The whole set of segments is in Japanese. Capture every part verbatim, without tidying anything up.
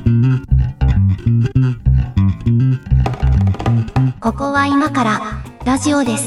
ここは今からラジオです。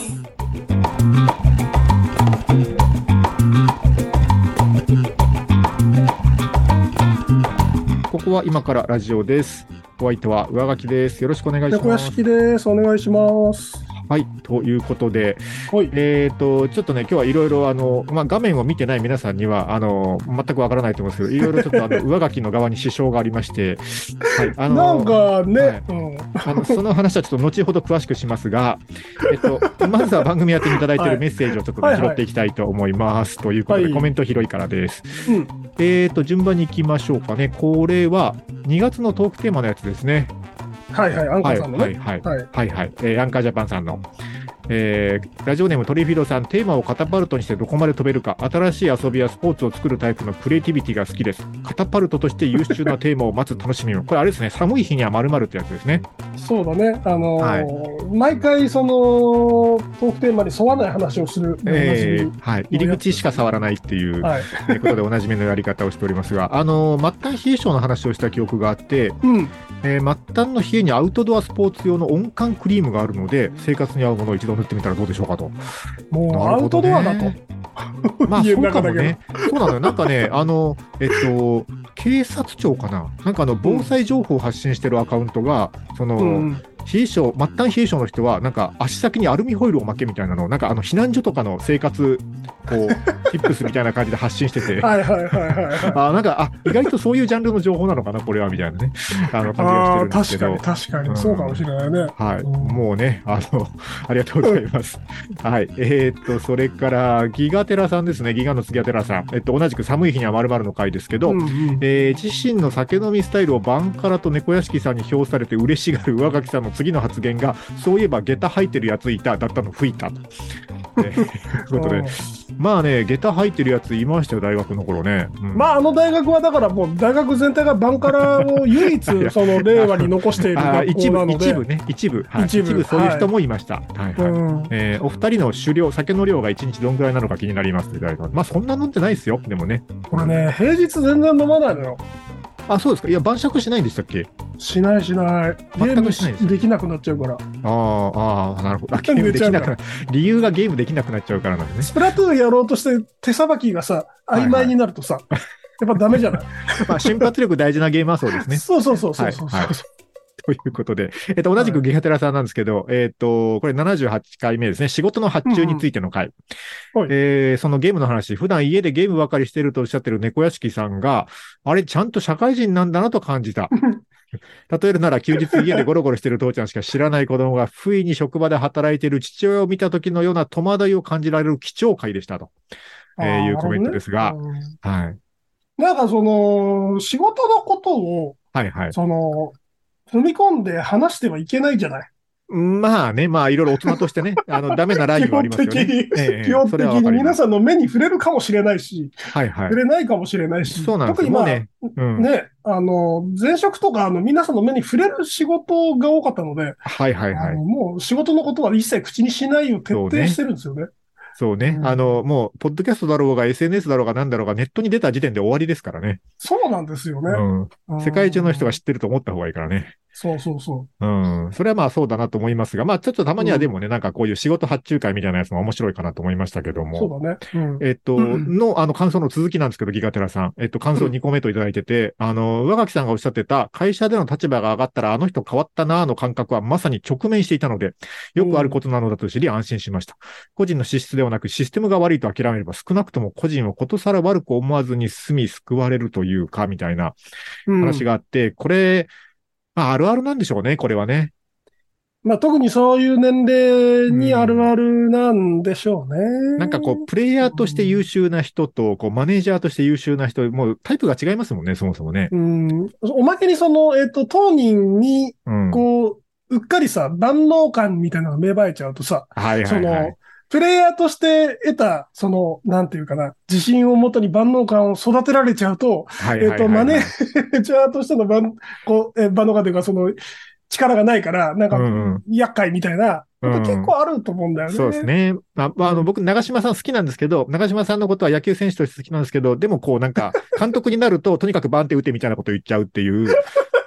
ここは今からラジオです。お相手は上書きです。よろしくお願いします。 猫屋敷です。お願いします。 はい、ということで、 はい、 えっと、ちょっとね、今日はいろいろ、あの、まあ、画面を見てない皆さんには、あの、全くわからないと思うんですけど、いろいろちょっと、あの、上書きの側に支障がありまして、はい、あの、 なんかね、 はいうん、 あの、その話はちょっと後ほど詳しくしますが、えっと、まずは番組宛てにいただいているメッセージをちょっと、ねはいはいはい拾っていきたいと思います。ということで、 はいコメント拾いからです。 うん、 えっと、順番に行きましょうかね。これは、にがつのトークテーマのやつですね。 はいはい、アンカはい、 ーさんのね。 はい、はい、 はい、 はい、はい、えーアンカージャパンさんの。えーラジオネームトリフィドさん、テーマをカタパルトにしてどこまで飛べるか、新しい遊びやスポーツを作るタイプのクリエイティビティが好きです。カタパルトとして優秀なテーマを待つ楽しみを。これあれですね、寒い日には〇〇ってやつですね。 そうだね。あのーはい毎回そのトークテーマに沿わない話をする。 えーはい、入り口しか触らないっていう、 はい、 えーことでおなじみのやり方をしておりますが、あのー末端冷え性の話をした記憶があって、 うん、 えー末端の冷えにアウトドアスポーツ用の温感クリームがあるので、生活に合うものを一度塗ってみたらどうでしょうかと。 もうなるほどねアウトドアだと。 まあ、 家そうの中だけどかもね。そうなのよ。なんかね、あの、えっと、警察庁かな。なんかあの、防災情報を発信してるアカウントが、その、 うん冷え性、末端冷え性の人は、なんか足先にアルミホイルを巻けみたいなのを、なんかあの、避難所とかの生活、こう、ティップスみたいな感じで発信してて、 はいはいはいはいはい。 あなんか、あ、意外とそういうジャンルの情報なのかな、これは、みたいなね、あの、感じがしてああ、 るんですけど確かに。確かに、 うんそうかもしれないね。 はい、 うんもうね、あの、ありがとうございます。はい、えーっと、それから、ギガテラさんですね、ギガの次はテラさん。えっと、同じく寒い日には〇〇の回ですけど、 うんうんえー自身の酒飲みスタイルをバンカラと猫屋敷さんに評されて嬉しがる上垣さんの次の発言が、そういえば下駄履いてるやついた、だったの吹いたと。えーということで、まあね、下駄履いてるやついましたよ、大学の頃ね。うんまあ、あの大学はだからもう大学全体がバンカラを唯一その令和に残しているあー学一部、 校なので、 一部ね、一部、はい、 一部一部そういう人もいました。はい、はい。 うんえーお二人の酒量、酒の量がいちにちどんぐらいなのか気になりますっていただいてます。まあ、そんな飲んでないですよ、でもね。 これね、平日全然飲まないのよ。 あ、そうですか。いや、晩酌しないんでしたっけ？ しないしない。ゲーム全くしないですできなくなっちゃうから。 あーあー、なるほど。あゲームできなくな理由がゲームできなくなっちゃうからなんですね。 スプラトゥーンやろうとして手さばきがさ、曖昧になるとさ、やっぱダメじゃない。 まあ、瞬発力大事なゲームはそうですね。 そうそうそうそうそう。 はいはいということで、えっと、同じくギガテラさんなんですけど、えっと、これななじゅうはちかいめですね。仕事の発注についての回。 うんうんえーそのゲームの話、普段家でゲームばかりしてるとおっしゃってる猫屋敷さんが、あれ、ちゃんと社会人なんだなと感じた。例えるなら休日家でゴロゴロしてる父ちゃんしか知らない子供が不意に職場で働いている父親を見た時のような戸惑いを感じられる貴重回でしたと、えーいうコメントですが、 なるほどねはい。 うんなんかその、仕事のことを、 はいはい。 その、踏み込んで話してはいけないじゃない。 まあね、まあいろいろ大人としてね、あの、ダメなラインはありますよね。 基本的にええ基本的それはわかります。 に皆さんの目に触れるかもしれないし、 はいはい触。れないかもしれないし、 そうなんですよ。 特にまあ、 もうね、うん。 ね、あの、前職とか、あの、皆さんの目に触れる仕事が多かったので、 はいはいはいあの。もう仕事のことは一切口にしないを徹底してるんですよね。 そうね。 うんあの、もう、ポッドキャストだろうが、エスエヌエス だろうが、なんだろうが、ネットに出た時点で終わりですからね。 そうなんですよね。 うん。世界中の人が知っってると思った方がいいからね。 そうそうそうん。それはまあそうだなと思いますが、まあちょっとたまにはでもね、なんかこういう仕事発注会みたいなやつも面白いかなと思いましたけどう。 も。 そうだね。うん。 えっと、の、あの、感想の続きなんですけど、ギガテラさん。えっと、感想にこめといただいてて、あの、上垣さんがおっしゃってた、会社での立場が上がったら、あの人変わったなぁの感覚はまさに直面していたので、よくあることなのだと知り安心しました。個人の資質ではなく、システムが悪いと諦めれば、少なくとも個人をことさら悪く思わずに済み救われるというか、みたいなうん話があって、これ、まあ、あるあるなんでしょうね、これはね。 まあ、特にそういう年齢にあるあるなんでしょうね。 なんかこう、プレイヤーとして優秀な人と、こう、マネージャーとして優秀な人、もうタイプが違いますもんね、そもそもね。 うん。おまけにその、えっと、当人に、 うん。 こう、うっかりさ、万能感みたいなのが芽生えちゃうとさ、 はいそはいはいの。、プレイヤーとして得た、その、なんていうかな、自信をもとに万能感を育てられちゃうと、 はいえっと、 はいはいはい。 マネージャーとしての万、こう、え万能感というか、その、力がないから、なんかうんうん、 厄介みたいなこと結構あると思うんだよね。 そうですね。まあ、あの、僕、長嶋さん好きなんですけど、長嶋さんのことは野球選手として好きなんですけど、でもこう、なんか、監督になると、とにかくバンって打てみたいなことを言っちゃうっていう、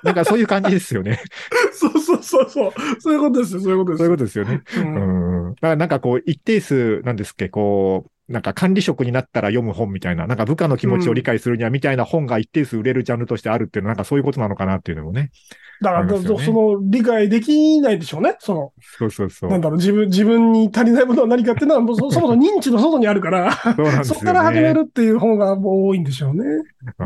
なんかそういう感じですよね。 そうそうそうそう。そういうことですよ、そういうことですそういうよ。 ことですよね。 ううんん。だからなんかこう、一定数、なんですっけ、こう、なんか管理職になったら読む本みたいな、なんか部下の気持ちを理解するにはみたいな本が一定数売れるジャンルとしてあるっていうのは、なんかそういうことなのかなっていうのもね、 だから、 ありますよね。 その、理解できないでしょうね。その、 そうそうそう。 なんだろう、自分、自分に足りないものは何かっていうのは、もうそ、そもそも認知の外にあるから、 そうなんでそこすよね。 から始めるっていう方がもう多いんでしょうね。うん。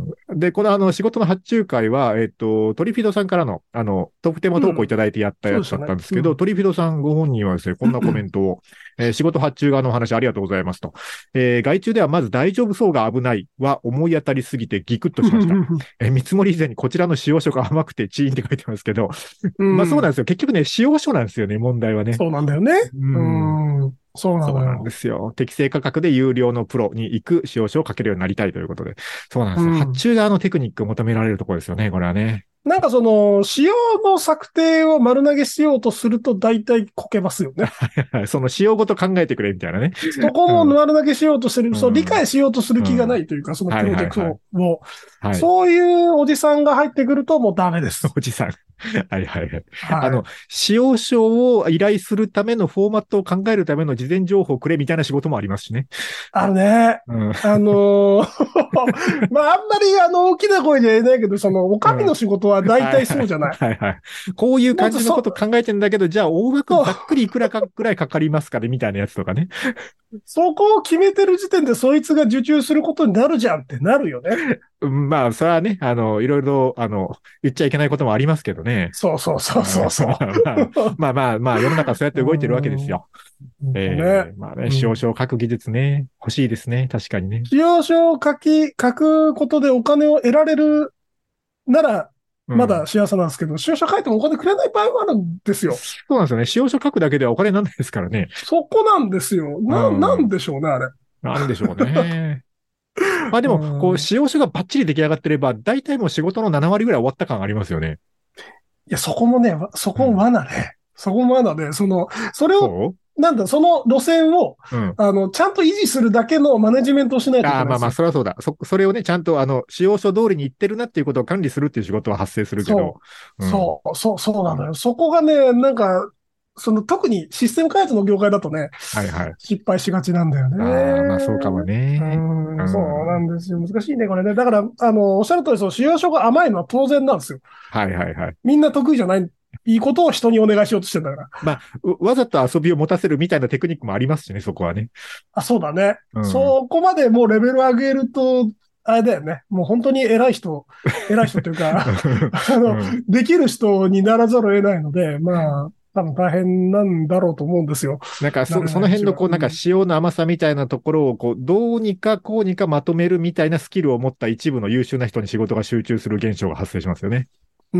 うん。で、このあの、仕事の発注会は、えっと、トリフィドさんからの、あの、特典も投稿いうん。 ただいてやったやつだっそうでしたね。 たんですけど、 うん。 トリフィドさんご本人はですね、こんなコメントを、えー仕事発注側のお話ありがとうございますと。えー外注ではまず大丈夫そうが危ないは思い当たりすぎてギクッとしました。えー見積もり以前にこちらの使用書が甘くてチーンって書いてますけど、 うまあそうなんん。 ですよ。結局ね、使用書なんですよね、問題はね。 そうなんだよね。 ううん。 ん。そうなそうなんでのよ。 すよ。適正価格で有料のプロに行く使用書をかけるようになりたいということで。そうなんですよ。発うん。 注側のテクニックを求められるところですよね、これはね。 なんかその、仕様の策定を丸投げしようとすると大体こけますよね。 その使用ごと考えてくれみたいなね。 そこもうん。 丸投げしようとしてる、 うそう、理ん。 解しようとする気がなうん。 いというか、そのはいプロジェクはいはい。 トを、 はい。 そういうおじさんが入ってくるともうダメです。 おじさん。はいはいはい。あの、 はい。 使用書を依頼するためのフォーマットを考えるための事前情報をくれみたいな仕事もありますしね。 あのね、 うん。 あのーまあ、あんまりあの、大きな声では言えないけど、その、おうん。 上の仕事は大体はいはい。 そうじゃない。 はいはい。こういうもっとそ、 感じのこと考えてんだけど、じゃあ大枠そう、 ざっくりいくらかくらいかかりますかねみたいなやつとかね。 そこを決めてる時点でそいつが受注することになるじゃんってなるよね。 うんまあ、それはね、あの、いろいろ、あの、言っちゃいけないこともありますけどね。 そうそうそううんそうそまあ、まあまあ、まあ、世の中はそうやってう。 動いてるわけですうよ。 ーん。ほんとね。 ええまあね、 うん。 少々書く技術ね、欲しいですね。確かにね。 使用書を書き、書くことでお金を得られるなら、 うん。 まだ幸せなんですけど、使用書書いてもお金くれない場合もあるんですよ。 そうなんですよね。使用書書くだけではお金にならないですからね。 そこなんですよ。 うな、なんん。 でしょうね、あれ。 なんでしょうね。まあでうも、こう、 ん。 使用書がバッチリ出来上がってれば、大体もう仕事のなな割ぐらい終わった感ありますよね。 いや、そこもね、わそこもうん。 罠ね。そこも罠で、その、それを、 そなんだ、その路線を、 ううん。 あの、ちゃんと維持するだけのマネジメントをしないといああ、まあまあ、 けないんですよ。 それはそうだ。そ、それをね、ちゃんと、あの、使用書通りに行ってるなっていうことを管理するっていう仕事は発生するけど、 そう。 うん。 そう、そう、そうなのよ。そこがね、なんか、その特にシステム開発の業界だとね、 はいはい。 失敗しがちなんだよああ、まあそうかもね。うね。うん、そうなん。 んですよ。難しいね、これね。だから、あの、おっしゃる通り、その使用書が甘いのは当然なんですよ。 はいはいはい。 みんな得意じゃない、いいことを人にお願いしようとしてんだから。 まあ、うわざと遊びを持たせるみたいなテクニックもありますしね、そこはね。 あ、そうだね。 うん。 そこまでもうレベル上げると、あれだよね。もう本当に偉い人、偉い人というか、あの、 うん。 できる人にならざるを得ないので、まあ、多分大変なんだろうと思うんですよ。 なんかそ、 慣れそないうちは。 の辺のこう、なんかうん。 塩の甘さみたいなところを、こう、どうにかこうにかまとめるみたいなスキルを持った一部の優秀な人に仕事が集中する現象が発生しますよね。 うん。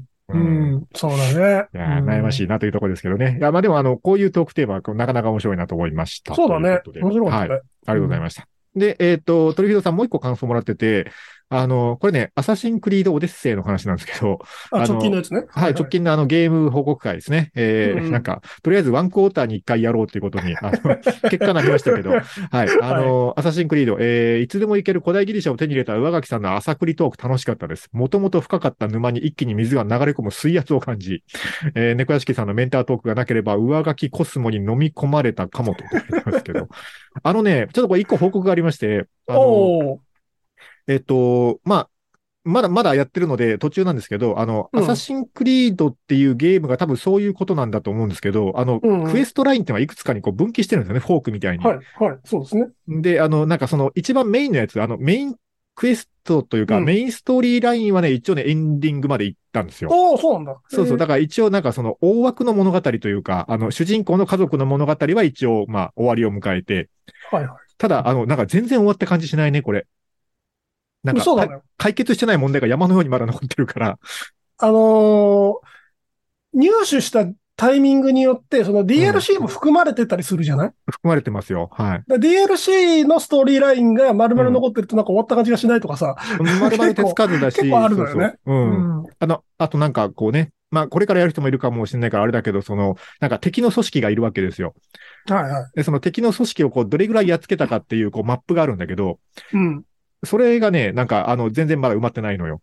ううん。 ん。そうだね。ういやー、悩ましいん。 なというところですけどね。いや、まあでも、あの、こういうトークテーマはこうなかなか面白いなと思いましたとそうだね。 いうことで。 面白かっはい。 たね。 ありがとううん。 ございました。で、えっと、トリフィードさんもう一個感想もらってて、あの、これね、アサシンクリードオデッセイの話なんですけど、 あ、直近のあの、 やつね。 はい、 はいはい。 直近のあのゲーム報告会ですね。えー、なんうん。 か、とりあえずワンクォーターに一回やろうということに、あの、結果になりましたけど、はい、あはい。 の、アサシンクリード、えー、いつでも行ける古代ギリシャを手に入れた上垣さんの朝クリトーク楽しかったです。もともと深かった沼に一気に水が流れ込む水圧を感じ、えー、猫屋敷さんのメンタートークがなければ上書きコスモに飲み込まれたかもと書いてますけど、あのね、ちょっとこれ一個報告がありまして、あの、 おー。 えっと、まあ、まだまだやってるので途中なんですけど、あの、アサうん。 シンクリードっていうゲームが多分そういうことなんだと思うんですけど、あの、 うんうん。 クエストラインってのはいくつかにこう分岐してるんですよね、フォークみたいに。 はい。はい。そうですね。 で、あの、なんかその一番メインのやつ、あの、メインクエストというか、メうん。 インストーリーラインはね、一応ね、エンディングまで行ったんですよ。 おー、そうなんだ。えそうそう。 ー、 だから一応なんかその大枠の物語というか、あの、主人公の家族の物語は一応、まあ、終わりを迎えて、 はいはただ、あの、なんか全然終わった感じしないね、これ。なんい。 か、かそうなのよ。 解決してない問題が山のようにまだ残ってるから、 あのー入手したタイミングによって、そのうん。 ディーエルシー も含まれてたりするじゃない？ 含まれてますよ。はい。 だ ディーエルシー のストーリーラインが丸うん。 々残ってるとなんか終わった感じがしないとかさ、 まるまる手つ結構、 かずだし、 結構あるそうそのよね。 う。ううん。 ん。はあの、あとなんかこうね、まあこれからやる人もいるかもしれないからあれだけど、その、なんか敵の組織がいるわけですよ。 いはい。 で、その敵の組織をこうどれぐらいやっつけたかっていうこうマップがあるんだけど、 うん。 それがね、なんかあの全然まだ埋まってないのよ。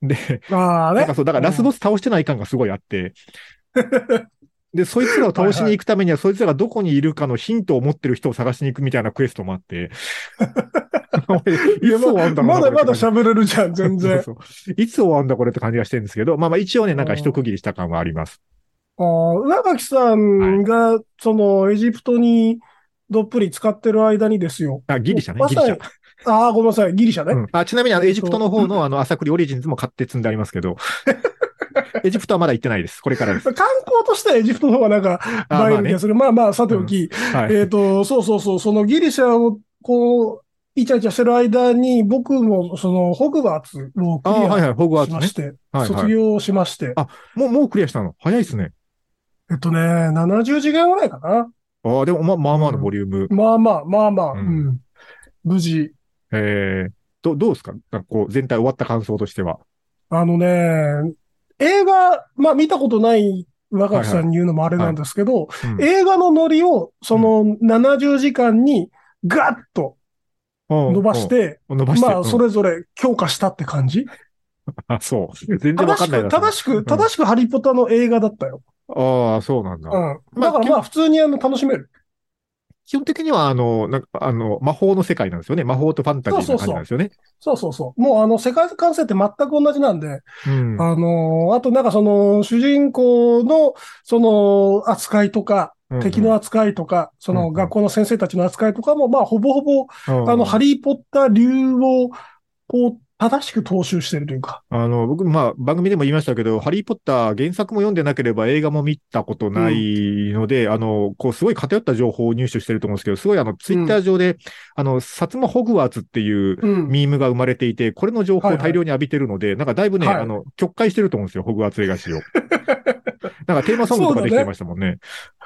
で、 ああね。 なんかそう、だからラスボス倒してない感がすごいあって、で、そいつらを倒しに行くためには、そいつらがどこにいるかのヒントを持ってる人を探しに行くみたいなクエストもあって、いつ終わんだろうな。 まだまだ喋れるじゃん、全然。 そうそう。いつ終わんだこれって感じがしてるんですけど、まあまあ一応ね、なんか一区切りした感はあります。 ああ、上垣さんが、その、エジプトにどっぷり使ってる間にですよ。 あ、ギリシャね、 まさにギリシャ。 ああ、ごめんなさい、ギリシャね。 うん。あ、ちなみにあの、 えっとエジプトの方のあの、朝栗オリジンズも買って積んでありますけど、エジプトはまだ行ってないです。これからです。 観光としてはエジプトの方がなんか、 あ、まあね。 映える気がする。まあまあ、さておき。 うん、はい。 えっと、そうそうそう、そのギリシャを、こう、イチャイチャしてる間に、僕も、その、ホグワーツをクあ、 リはいはい、ホグワーツね。 アしまして、 はいはい。 卒業しまして、 あ、もう、もうクリアしたの早いですね。 えっとね、ななじゅうじかんぐらいかな。 ああ、でも、ま、まあまあのボうん、 リューム。 まあまあ、まあまあ、 ううん。無事。 えー、ど、どうですかなんかこう、全体終わった感想としては。 あのね、映画、まあ見たことない若木はいはい。 さんに言うのもあれなんはい。 ですけど、 うん。 映画のノリをそうん。 のななじゅうじかんにガッと伸おうおう。 ばして、 伸ばして。 まあそうん。 れぞれ強化したって感じ。 あ、そう。全然わ正しく、 かんないな、その。 正しく、 うん。 正しくハリポタの映画だったよ。 ああ、そうなんだ。 うん。 まあ、基本、 だからまあ普通にあの楽しめる。 基本的には、あの、なんか、あの、魔法の世界なんですよね。魔法とファンタジーなそうそうそう。 感じなんですよね。 そうそうそう。もうあの世界観設定全く同じなんで、 うん。 あのーあとなんかその、主人公の、その、扱いとか、 うん、うん。 敵の扱いとか、そうん、 のうん。 学校の先生たちの扱いとかも、まあ、ほぼほぼ、 うあの、ハん。 リーポッター流を、こう、正しく踏襲してるというか。 あの、僕、まあ、番組でも言いましたけど、ハリーポッター原作も読んでなければ映画も見たことなうん、 いので、あの、こう、すごい偏った情報を入手してると思うんですけど、すごいあの、ツイッターうん、 上で、あの、薩摩ホグワーツっていううん。 ミームが生まれていて、これの情報はいはい。 を大量に浴びてるので、なんかだいぶね、 はい。 あの、曲解してると思うんですよ、ホグワーツレガシーを。なんかテーマソングとかできてまそうだね。 したもんね。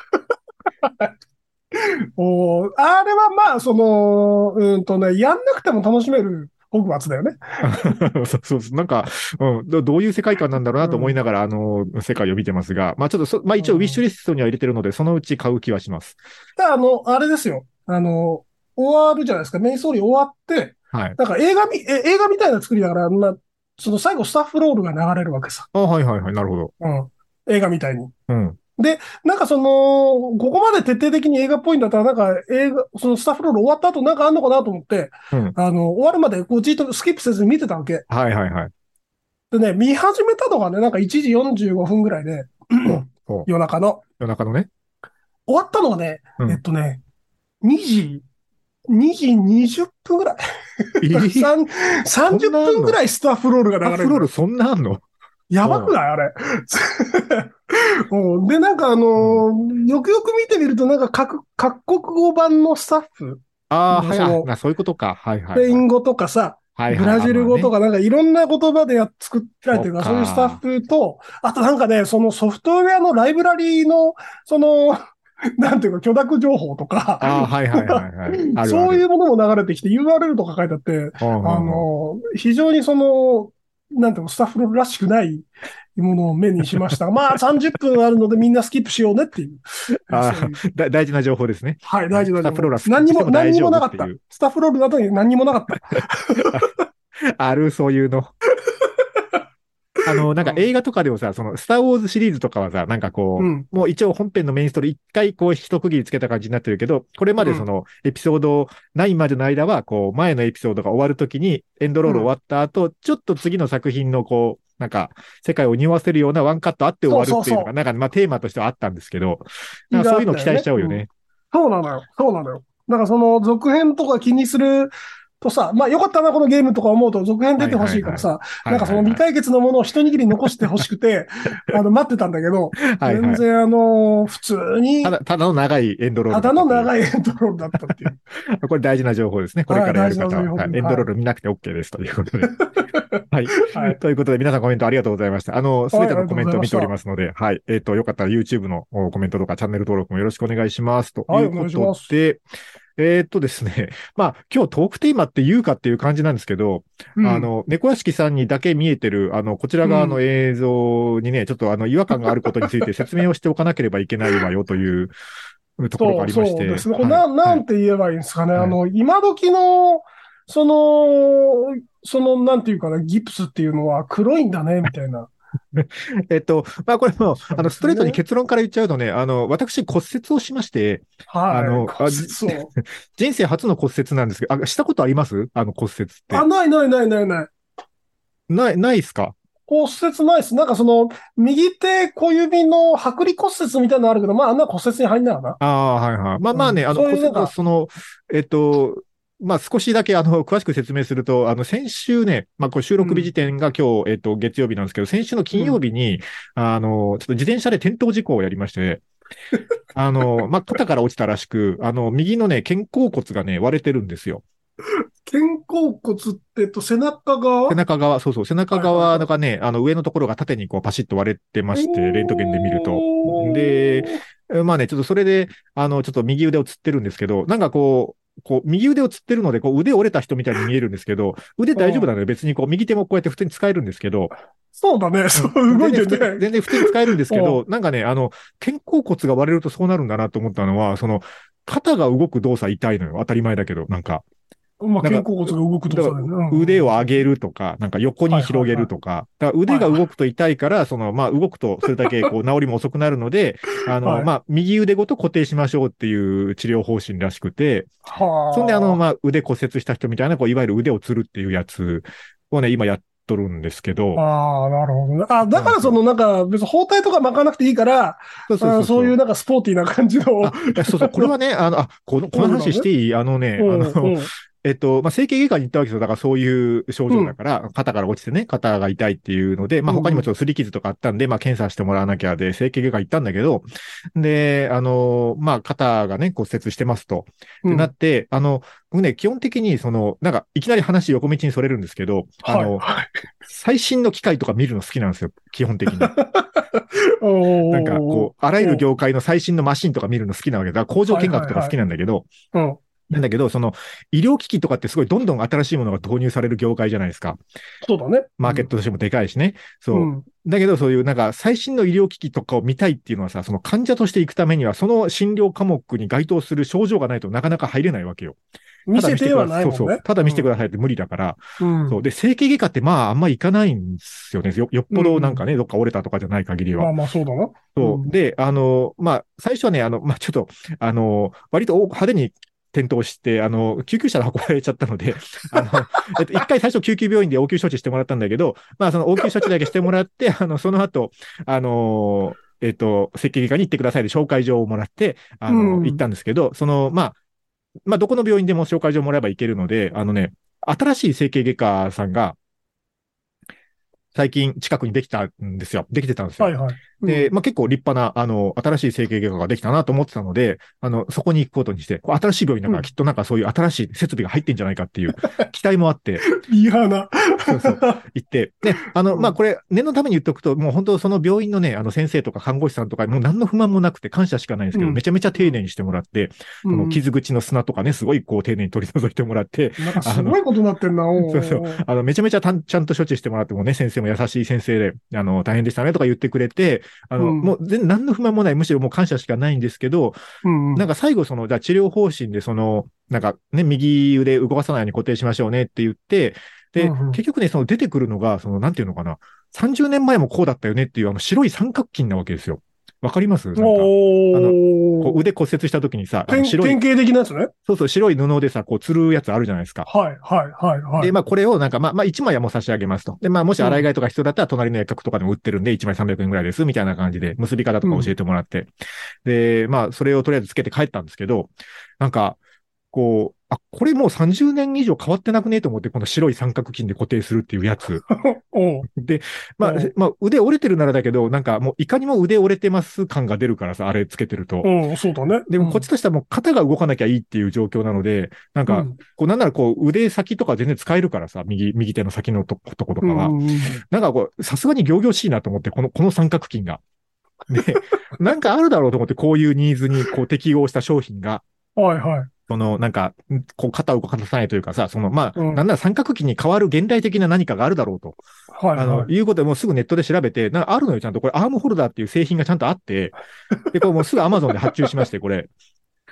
おーあれはまあ、その、うんとね、やんなくても楽しめるホグワーツだよね。 そうそうそう。なんか、うん、ど、どういう世界観なんだろうなと思いうん。 ながら、あの、世界を見てますが、まあちょっとそ、まあ一応ウィッシュうん。 リストには入れてるので、そのうち買う気はします。 あの、あれですよ。あの、終わるじゃないですか。メインストーリー終わって、 はい。 なんか映画み、え映画みたいな作りだから、まあ、その最後スタッフロールが流れるわけさ。 あ、はいはいはい、なるほど。 うん。映画みたいに。 うん。 で、なんかその、ここまで徹底的に映画っぽいんだったら、なんか映画、そのスタッフロール終わった後なんかあんのかなと思って、 うん。 あの、終わるまでこうじっとスキップせずに見てたわけ。 はいはいはい。 でね、見始めたのがね、なんかいちじよんじゅうごふんぐらいで、 ほう、ほう。 夜中の。 夜中のね。 終わったのがね、 うん。 えっとね、にじ、にじにじゅっぷんぐらい。 えー、 さんそ 30 んなあんの？ 分ぐらいスタッフロールがア流れるのよ。 フロールそんなあんの？ やばうん。 くないあれ。うんで、なんかあのうん。 ーよくよく見てみると、なんか各、各国語版のスタッフああ、はい、あ、 のその、 な、そういうことか。はいスはいはい。 ペイン語とかさ、 はいはい。あ、 ブラジルまあね。 語とかなんかいろんな言葉でやっ作られそうてるから、そういうスタッか。 フと、あとなんかね、そのソフトウェアのライブラリーの、その、なんていうか、許諾情報とか、 ああ、はいはいはいはい。あるある。 そういうものも流れてきて ユーアールエル とか書いてあって、 うんうあんうん。 の、非常にその、なんていうの、スタッフらしくないものを目にしましたが。まあさんじゅっぷんあるのでみんなスキップしようねっていう、えああ、 そういう。 だ、大事な情報ですね。 はい、 はい。 大事な情報。 スタッフローラースキッ何にも、 プしても大何にもなかった。 丈夫っていう。 スタッフロールの後に何にもなかった。 ある、そういうの。あの、なんか映うん。 画とかでもさ、その、スター・ウォーズシリーズとかはさ、なんかこうん。 う、もう一応本編のメインストーリー一回こう一区切りつけた感じになってるけど、これまうん。 でその、エピソードナインまでの間は、こう、前のエピソードが終わるときに、エンドロール終うん。 わった後、ちょっと次の作品のこう、なんか、世界を匂わせるようなワンカットあって終そうわるっていうのが、 そうそなんか、まあテーマとしてはあったんですけど、 う。気がなんかそういうの期待しあったよね。うん。 ちゃうよね。 そうなのよ。そうなのよ。だからその続編とか気にするとさ、まあよかったな、このゲームとか思うと続編はい出てほはいはい。 しいからさ、 はいなんかその未はいはい。 解決のものを一握り残してほしくて、あの、待ってたんだけど、 はいはい。 全然あの、普通に、 ただ、ただの長いエンドローただのルだったという。 長いエンドロールだったっていう。 これ大事な情報ですね。これはい、 からや大事なる方は。はい、 情報です。 エンドローはい。 ル見なくて OK ですということで。はい。 はい。 ということで、皆さんコメントありがとうございました。あの、すはい、 べてのありがとうごコメントを見ておりざいました。 ますので、はい。えっと、よかったら YouTube のおコメントとかチャンネル登録もよろしくお願いします。といはい、お願いしうことます。 で、えっとですね。まあ、今日トークテーマって言うかっていう感じなんですけど、 うん、 あの、猫屋敷さんにだけ見えてる、あの、こちら側のうん。 映像にね、ちょっとあの、違和感があることについて説明をしておかなければいけないわよというところがあそう、 りまして、 そうですね。これはい。 な、なはい。 んて言えばいいんですかね。あはい。 の、今時の、その、 その、なんていうかな、ギプスっていうのは黒いんだね、みたいな。 えっと、まあこれも、あの、ストレートにね、 結論から言っちゃうとね、あの、私骨折をしまして、あはい。 の、あ、 骨じ折を。 人生初の骨折なんですけど、あ、したことありますあの骨折っあ、 て。 ないないないないない。 ない、ないっすか？ 骨折ないです。なんかその、右手小指の剥離骨折みたいなのあるけど、まああんな骨折に入んないわな。 ああ、はいはい。まあまあね、 うん。 あの骨折はそういうなんか、 その、えっと、まあ少しだけあの、詳しく説明すると、あの、先週ね、まあこれ収録日うん、 時点が今日、えっと、月曜日なんですけど、先週の金曜うん。 日に、あの、ちょっと自転車で転倒事故をやりまして、あの、まあ肩から落ちたらしく、あの、右のね、肩甲骨がね、割れてるんですよ。 肩甲骨って、えっと、背中側。 背中側、そうそう、背中はいはいはい。 側がね、あの上のところが縦にこうパシッと割れてまして、レントゲンで見ると。で、 おー。 まあね、ちょっとそれで、あの、ちょっと右腕をつってるんですけど、なんかこう、こう、右腕をつってるので、こう、腕折れた人みたいに見えるんですけど、腕大丈夫うん。 なので別にこう、右手もこうやって普通に使えるんですけど、 そうだね。そう、 うん、 動全然普通に、 いてるね。 全然普通に使えるんですけうん。 ど、なんかね、あの、肩甲骨が割れるとそうなるんだなと思ったのは、その、肩が動く動作痛いのよ。当たり前だけど、なんか。 まあ、 なんか、 肩甲骨が動く動だから作だよね。うんうん、 腕を上げそうそう。 るとか、なんか横にはいはい広げはい。 るとか、だから腕はいはい。 が動くと痛いから、その、まあ、動くとそれだけこう治りも遅くなるので、あの、 はい。 まあ、右腕ごと固定しましょうっていう治療方針らしくて、そんで、あの、 はまあ、腕骨折した人みたいな、こう、いわゆる腕をつるっていうやつをね、今やっとるんですけあ。 ど、 ああ、なるほどね。あ、だそうなんですよ。 からそのなんか別に包帯とか巻かなくていいから、 そうそうあ、 そうそう。 そういうなんかスポーティーな感じの、 あ、いやそうそう、 あの、 これはね、あの、あ、この、このそういうのね。 話していいあのね、あの、 うん、うん、 えっと、まあ、整形外科に行ったわけですよ。だからそういう症うん、 状だから、肩から落ちてね、肩が痛いっていうので、まあ、 うん、うん。 他にもちょっと擦り傷とかあったんで、まあ、検査してもらわなきゃで、整形外科行ったんだけど、で、あの、まあ、肩がね、骨折してますと。ってなうん。 って、あの、僕ね、基本的に、その、なんか、いきなり話横道にそれるんですけど、あはい、 の、 はい。 最新の機械とか見るの好きなんですよ。基本的に。なんか、 おー、 こう、あらゆるおー、 業界の最新のマシンとか見るの好きなわけだ。工場はい、 見学はい、はい。 とか好きなんだけど、 うん。 なんだけど、その、医療機器とかってすごいどんどん新しいものが導入される業界じゃないですか。 そうだね。 マーケッうん、 トとしてもでかいしね。そうん。 う。だけど、そういうなんか最新の医療機器とかを見たいっていうのはさ、その患者として行くためには、その診療科目に該当する症状がないとなかなか入れないわけよ。た見せてはだ見せてください。そうそう。 ないもんね。 ただ見せてくうん、 ださいって無理だから。 うん、 そう。で、整形外科ってまああんま行かないんですよね。よ、よっうん。 ぽどなんかね、どっか折れたとかじゃない限りは。 まあまあ、そうだな。うそう。 ん。 で、あの、まあ、最初はね、あの、まあ、ちょっと、あの、割と派手に転倒して、あの、救急車で運ばれちゃったので、あの、えっと、一回最初救急病院で応急処置してもらったんだけど、まあ、その応急処置だけしてもらって、あの、その後、あの、えっと、設計外科に行ってくださいで紹介状をもらって、あうの、行っん。 たんですけど、その、まあ、まあ、どこの病院でも紹介状もらえば行けるので、あのね、新しい整形外科さんが最近近くにできたんですよ。できてたんですよ。 はいはい。うで、 ん。 まあ、結構立派な、あの、新しい整形外科ができたなと思ってたので、あの、そこに行くことにして、こう新しい病院だうん。 からきっとなんかそういう新しい設備が入ってんじゃないかっていう期待もあって、 いい花。 そうそう、行って、で、あの、まあ、 うん。 これ、念のために言っとくと、もう本当その病院のね、あの先生とか看護師さんとか、もう何の不満もなくて感謝しかないんですけど、めうん。 ちゃめちゃうん。 丁寧にしてもらって、そのうん。 傷口の砂とかね、すごいこう丁寧に取り除いてもらって、 なんかあの、 すごいことになってんな。おうそうそう。 おうおう。 あの、めちゃめちゃたんちゃんと処置してもらってもね、先生も優しい先生で、あの、大変でしたねとか言ってくれて、あの、もうん。 う全然何の不満もない、むしろもう感謝しかないんですけど、 うん。うん。 なんか最後その、じゃあ治療方針でその、なんかね、右腕動かさないように固定しましょうねって言って、で、 うん。うん。 結局ね、その出てくるのが、その、なんていうのかな、さんじゅうねんまえもこうだったよねっていう、あの、白い三角筋なわけですよ。わかりますなんか、あの、こうおー。 腕骨折した時にさ、あの、 典、 白い、 典型的なやつね。 そうそう、白い布でさ、こう、つるやつあるじゃないですか。 はい、はい、はい、はで、 い。 まあ、これをなんか、まあ、まあ、いちまいはもう差し上げますと。で、まあ、もしうん。 洗い替えとか必要だったら、隣の薬局とかでも売ってるんで、いちまいさんびゃくえんぐらいです、みたいな感じで、結び方とうん。 か教えてもらって。で、まあ、それをとりあえずつけて帰ったんですけど、なんか、こう、あ、これもうさんじゅうねん以上変わってなくねと思って、この白い三角筋で固定するっていうやつ。 おう、 で、まあ、 おう、 まあ、腕折れてるならだけど、なんかもういかにも腕折れてます感が出るからさ、あれつけてると。 おう、そうだね。 でもこっちうん。 としてはもう肩が動かなきゃいいっていう状況なので、なんか、 うん。 こうなんならこう腕先とか全然使えるからさ、右、右手の先のとこ、とことうかは。 ん。 なんかこう、さすがに仰々しいなと思って、この、この三角筋が。で、なんかあるだろうと思って、こういうニーズにこう適合した商品が。 はい、はい。 その、なんか、こう、肩を動かさないというかさ、その、まあ、 うん。 なんなら三角筋に変わる現代的な何かがあるだろうと。 はい、 あの、 はい。 いうことでもうすぐネットで調べて、なんかあるのよ、ちゃんと。これ、アームホルダーっていう製品がちゃんとあって、で、これもうすぐ Amazon で発注しまして、これ。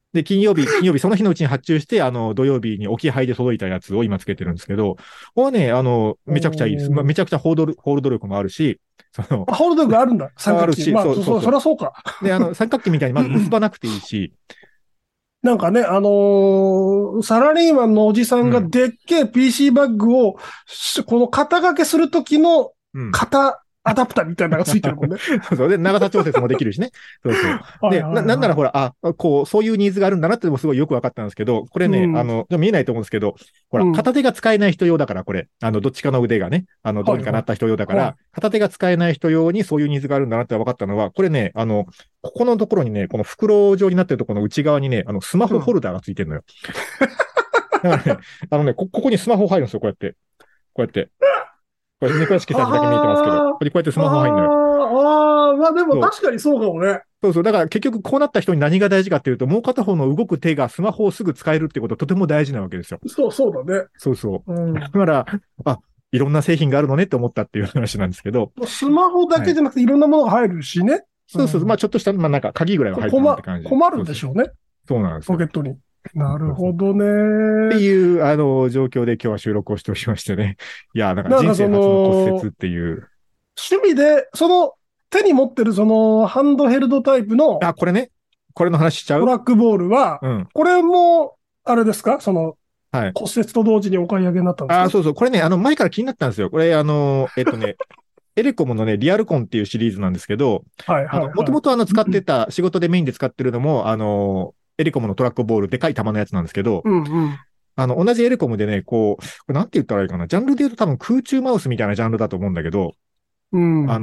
で、金曜日、金曜日、その日のうちに発注して、あの、土曜日に置き配で届いたやつを今つけてるんですけど、ここはね、あの、めちゃくちゃいいです。まあ、めちゃくちゃホールド、ホールド力もあるし、その、 あ、ホールド力あるんだ。三角形。 あるし、 まあ、 そう、 そ、 そう、 そ、そりゃそうか。 で、あの、三角形みたいにまず結ばなくていいし、 なんかね、あのーサラリーマンのおじさんがでっけえ ピーシー バッグを、しこの肩掛けするときのうん。 肩アダプターみたいなのがついてるもんね。 そうそう。で、長さ調節もできるしね。そうそう。で、な、 はいはいはいなんならほら、あ、こう、そういうニーズがあるんだなってのもすごいよくわかったんですけど、これね、 うんあの、見えないと思うんですけど、ほら、 うん片手が使えない人用だから、これ。あの、どっちかの腕がね、あの、どうにかなった人用だから、 はいはい片手が使えない人用にそういうニーズがあるんだなって分かったのは、これね、あの、ここのところにね、この袋状になってるところの内側にね、あの、スマホホルダーがついてるのよ。だからね、あのね、こ、ここにスマホ入るんですよ、こうやって。こうやって。これ、猫屋敷さんにだけ見えてますけど、ここにこうやってスあマホ入るのよ。 あ、ああ、まあでもそう確かにそうかもね。 そうそう。だから結局こうなった人に何が大事かっていうと、もう片方の動く手がスマホをすぐ使えるってことはとても大事なわけですよ。 そう、そうだね。 そうそう。 うん。 だから、あ、いろんな製品があるのねって思ったっていう話なんですけど。 スマホだけじゃなくていろんなものが入るしね。 そうそうそう。 んまあちょっとした、まあなんか鍵ぐらいは入ってるっ困て感じ。 困るんでしょうね。 そうそう。そうなんですよ。 ポケットに。なるほどってね。 いう、あの、状況で今日は収録をしておりましてね。いや、なんかなんかそ人生初の骨折の、 っていう。 趣味で、その手に持ってるそのハンドヘルドタイプのあ、これね。これの話しちゃう。 トラックボールは、 うん。 これも、あれですかそのはい。 骨折と同時にお買い上げになったんですか？ あ、そうそう。これね、あの、前から気になったんですよ。これ、あの、えっとね、エレコムのね、リアルコンっていうシリーズなんですけど、 はいあの、 はいはい。 もともとあの、使ってた、仕事でメインで使ってるのも、あの、エレコムのトラックボール、でかい玉のやつなんですけど、 うんうん。 あの、同じエレコムでね、こう、これなんて言ったらいいかな。ジャンルで言うと多分空中マウスみたいなジャンルだと思うんだけど、 うん。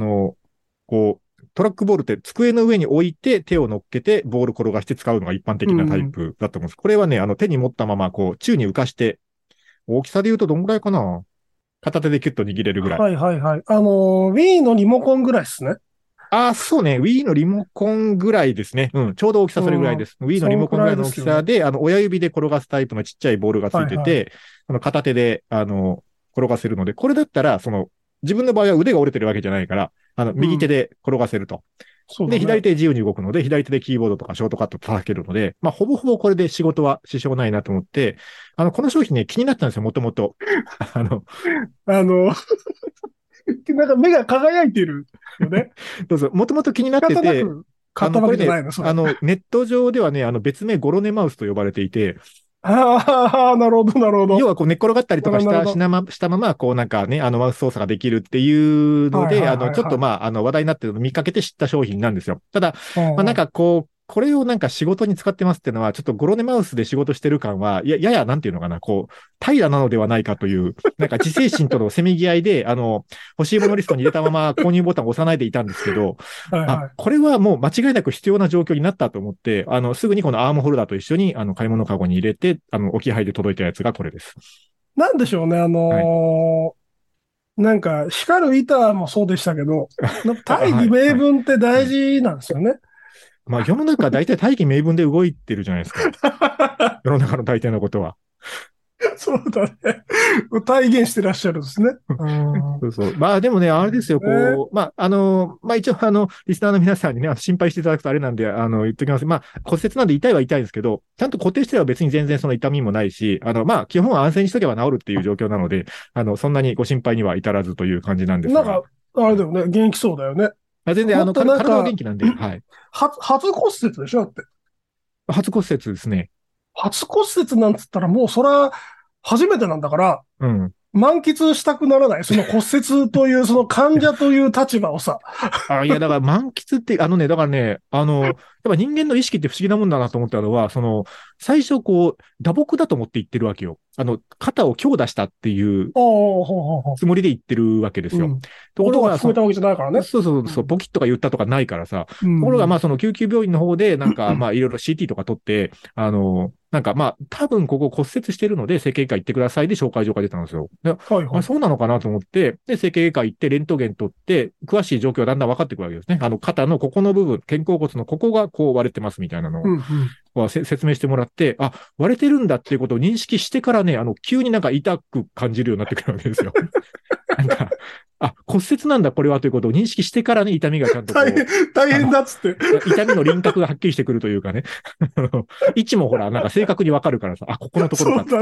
あの、こう、トラックボールって机の上に置いて手を乗っけてボール転がして使うのが一般的なタイプだと思うんです。これはね、あの手に持ったままこう宙に浮かして、大きさで言うとどんぐらいかな。片手でキュッと握れるぐらい。 はいはいはい。あの、Wii のリモコンぐらいですね。 ああ、そうね。Wii のリモコンぐらいですね。うん。ちょうど大きさそれぐらいうん。 です。Wii のリそんくらいモコンぐらいの大ですよね。 きさで、あの、親指で転がすタイプのちっちゃいボールがついはいはい。 てて、あの、片手で、あの、転がせるので、これだったら、その、自分の場合は腕が折れてるわけじゃないから、あの、 うん。 右手で転がせると。で、 そうだね。 左手自由に動くので、左手でキーボードとかショートカット叩けるので、まあ、ほぼほぼこれで仕事は支障ないなと思って、あの、この商品ね、気になったんですよ、もともと。あの、 あの、なんか目が輝いてるよね。 どうぞ、もともと気にな仕ってて、 方なく買あの、 ったわこれね、 けじゃないの、それ。 あの、ネット上ではね、あの、別名ゴロネマウスと呼ばれていて、 ああ、なるほど、なるほど。 要はこう寝っ転がったりとかした、 なるほど。 しなま、したまま、こうなんかね、あのマウス操作ができるっていうので、 はいはいあの、ちょっはいはい。 とまあ、あの話題になってるのを見かけて知った商品なんですよ。ただ、まあなんうんうん。 かこう、これをなんか仕事に使ってますっていうのは、ちょっとゴロネマウスで仕事してる感は、や、ややなんていうのかな、こう、平らなのではないかという、なんか自制心とのせめぎ合いで、あの、欲しいものリストに入れたまま購入ボタンを押さないでいたんですけど、あ、 はいはい。 これはもう間違いなく必要な状況になったと思って、あの、すぐにこのアームホルダーと一緒に、あの、買い物カゴに入れて、あの、置き配で届いたやつがこれです。 なんでしょうね、あはい。 のーなんか、光る板もそうでしたけど、なんか大義はい。はい。 名分って大はい。 事なんですよね。 まあ、世の中大体大義名分で動いてるじゃないですか。世の中の大抵のことは。 そうだね。体現してらっしゃるんですね。うん。 そうそう。まあでもね、あれですよ、 ね。 こう、まあ、あの、まあ一応、あの、リスナーの皆さんにね、あの心配していただくとあれなんで、あの、言っときます。まあ、骨折なんで痛いは痛いんですけど、ちゃんと固定してれば別に全然その痛みもないし、あの、まあ、基本は安静にしとけば治るっていう状況なので、あの、そんなにご心配には至らずという感じなんですが、 なんか、あれだよね。元気そうだよね。 まあ、全然、あの、 もっとから体は元なんか、 気なんで、はい。 初、初骨折でしょだって。 初骨折ですね。 初骨折なんつったらもうそら、初めてなんだから、 うん。 満喫したくならない。その骨折という、その患者という立場をさ。 あ、いや、だから満喫って、あのね、だからね、あの、やっぱ人間の意識って不思議なもんだなと思ったのは、その、最初こう、打撲だと思って言ってるわけよ。あの、肩を強打したっていうああ、ほうほうほつもりで言ってるわけですよ。 う。うん。 ところが、その、 音が聞こえたわけじゃないからね。 そうそうそう、 うん。 ポキッとか言ったとかないからさ。 うところが、まん。 あ、その救急病院の方で、なんか、まあ、いろいろ シーティー とか取って、あの、なんか、まあ、多分ここ骨折してるので、整形外科行ってくださいで紹介状が出たんですよ。で、あ、 はいはい。 そうなのかなと思って、で、整形外科行って、レントゲン取って、詳しい状況がだんだん分かってくるわけですね。あの、肩のここの部分、肩甲骨のここがこう割れてますみたいなのうん、うん。 を説明してもらって、あ、割れてるんだっていうことを認識してからね、あの、急になんか痛く感じるようになってくるわけですよ。なんか、 あ、骨折なんだ、これはということを認識してからね、痛みがちゃんとこう。 大変、大変だっつって。 痛みの輪郭がはっきりしてくるというかね。位置もほら、なんか正確にわかるからさ、あ、ここのところかっつって。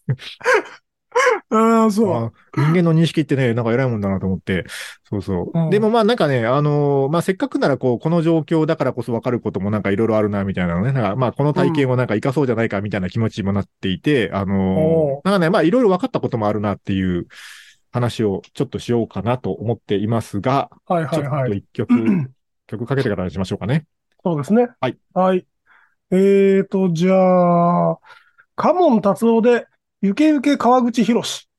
ああ、そう。 あ、人間の認識ってね、なんか偉いもんだなと思って。そうそう。うん、でもまあなんかね、あのー、まあせっかくならこう、この状況だからこそわかることもなんかいろいろあるな、みたいなのね。なんかまあこの体験をなんか活かそうじゃないか、みたいな気持ちにもなっていて、あのー、なんかね、まあいろいろ分かったこともあるなっていう話をちょっとしようかなと思っていますが、 はいはいはい。 ちょっと一曲、曲かけてからにしましょうかね。 そうですね。 はい。 はい。えーと、じゃあ、カモン達夫で、ゆけゆけ川口博士。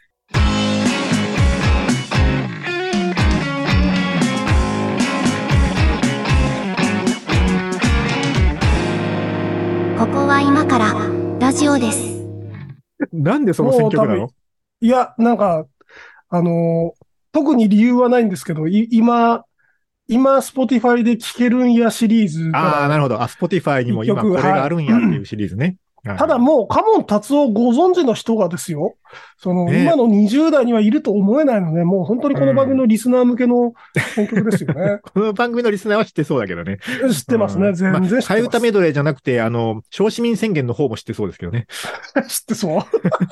ここは今からラジオです。 なんでその選曲なの？ いや、なんか、あのー、特に理由はないんですけど、い今、今、Spotify で聴けるんやシリーズから。 ああ、なるほど。あ、Spotify にも今これがあるんやっていうシリーズね。 はい、ただもう、カモン達夫ご存知の人がですよ、その、ね、今のにじゅう代にはいると思えないので、もう本当にこの番組のリスナー向けの選曲ですよね。うん、 この番組のリスナーは知ってそうだけどね。 知ってますね。全然知ってます。 替え歌メドレーじゃなくて、あの、小市民宣言の方も知ってそうですけどね。 知ってそう。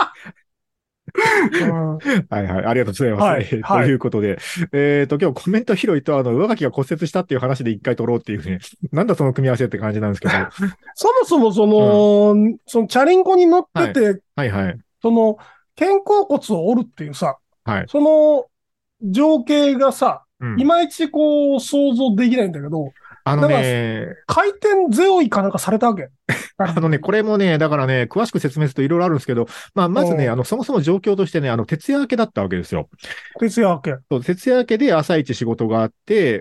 うん、はいはい。ありがとうございます。はい、えーはい、ということで、えっ、ー、と、今日コメント拾いと、あの、上書きが骨折したっていう話で一回取ろうっていうね、なんだその組み合わせって感じなんですけど。 そもそもその、うん、そのチャリンコに乗ってて、 はい、はい、はい。 その、肩甲骨を折るっていうさ、 はい、 その情景がさ、うん、いまいちこう想像できないんだけど、 あのね、 回転ゼオイかなんかされたわけ。 あのね、これもね、だからね、詳しく説明するといろいろあるんですけど、まあ、まずね、あの、そもそも状況としてね、あの、徹夜明けだったわけですよ。 徹夜明け。 そう、徹夜明けで朝一仕事があって、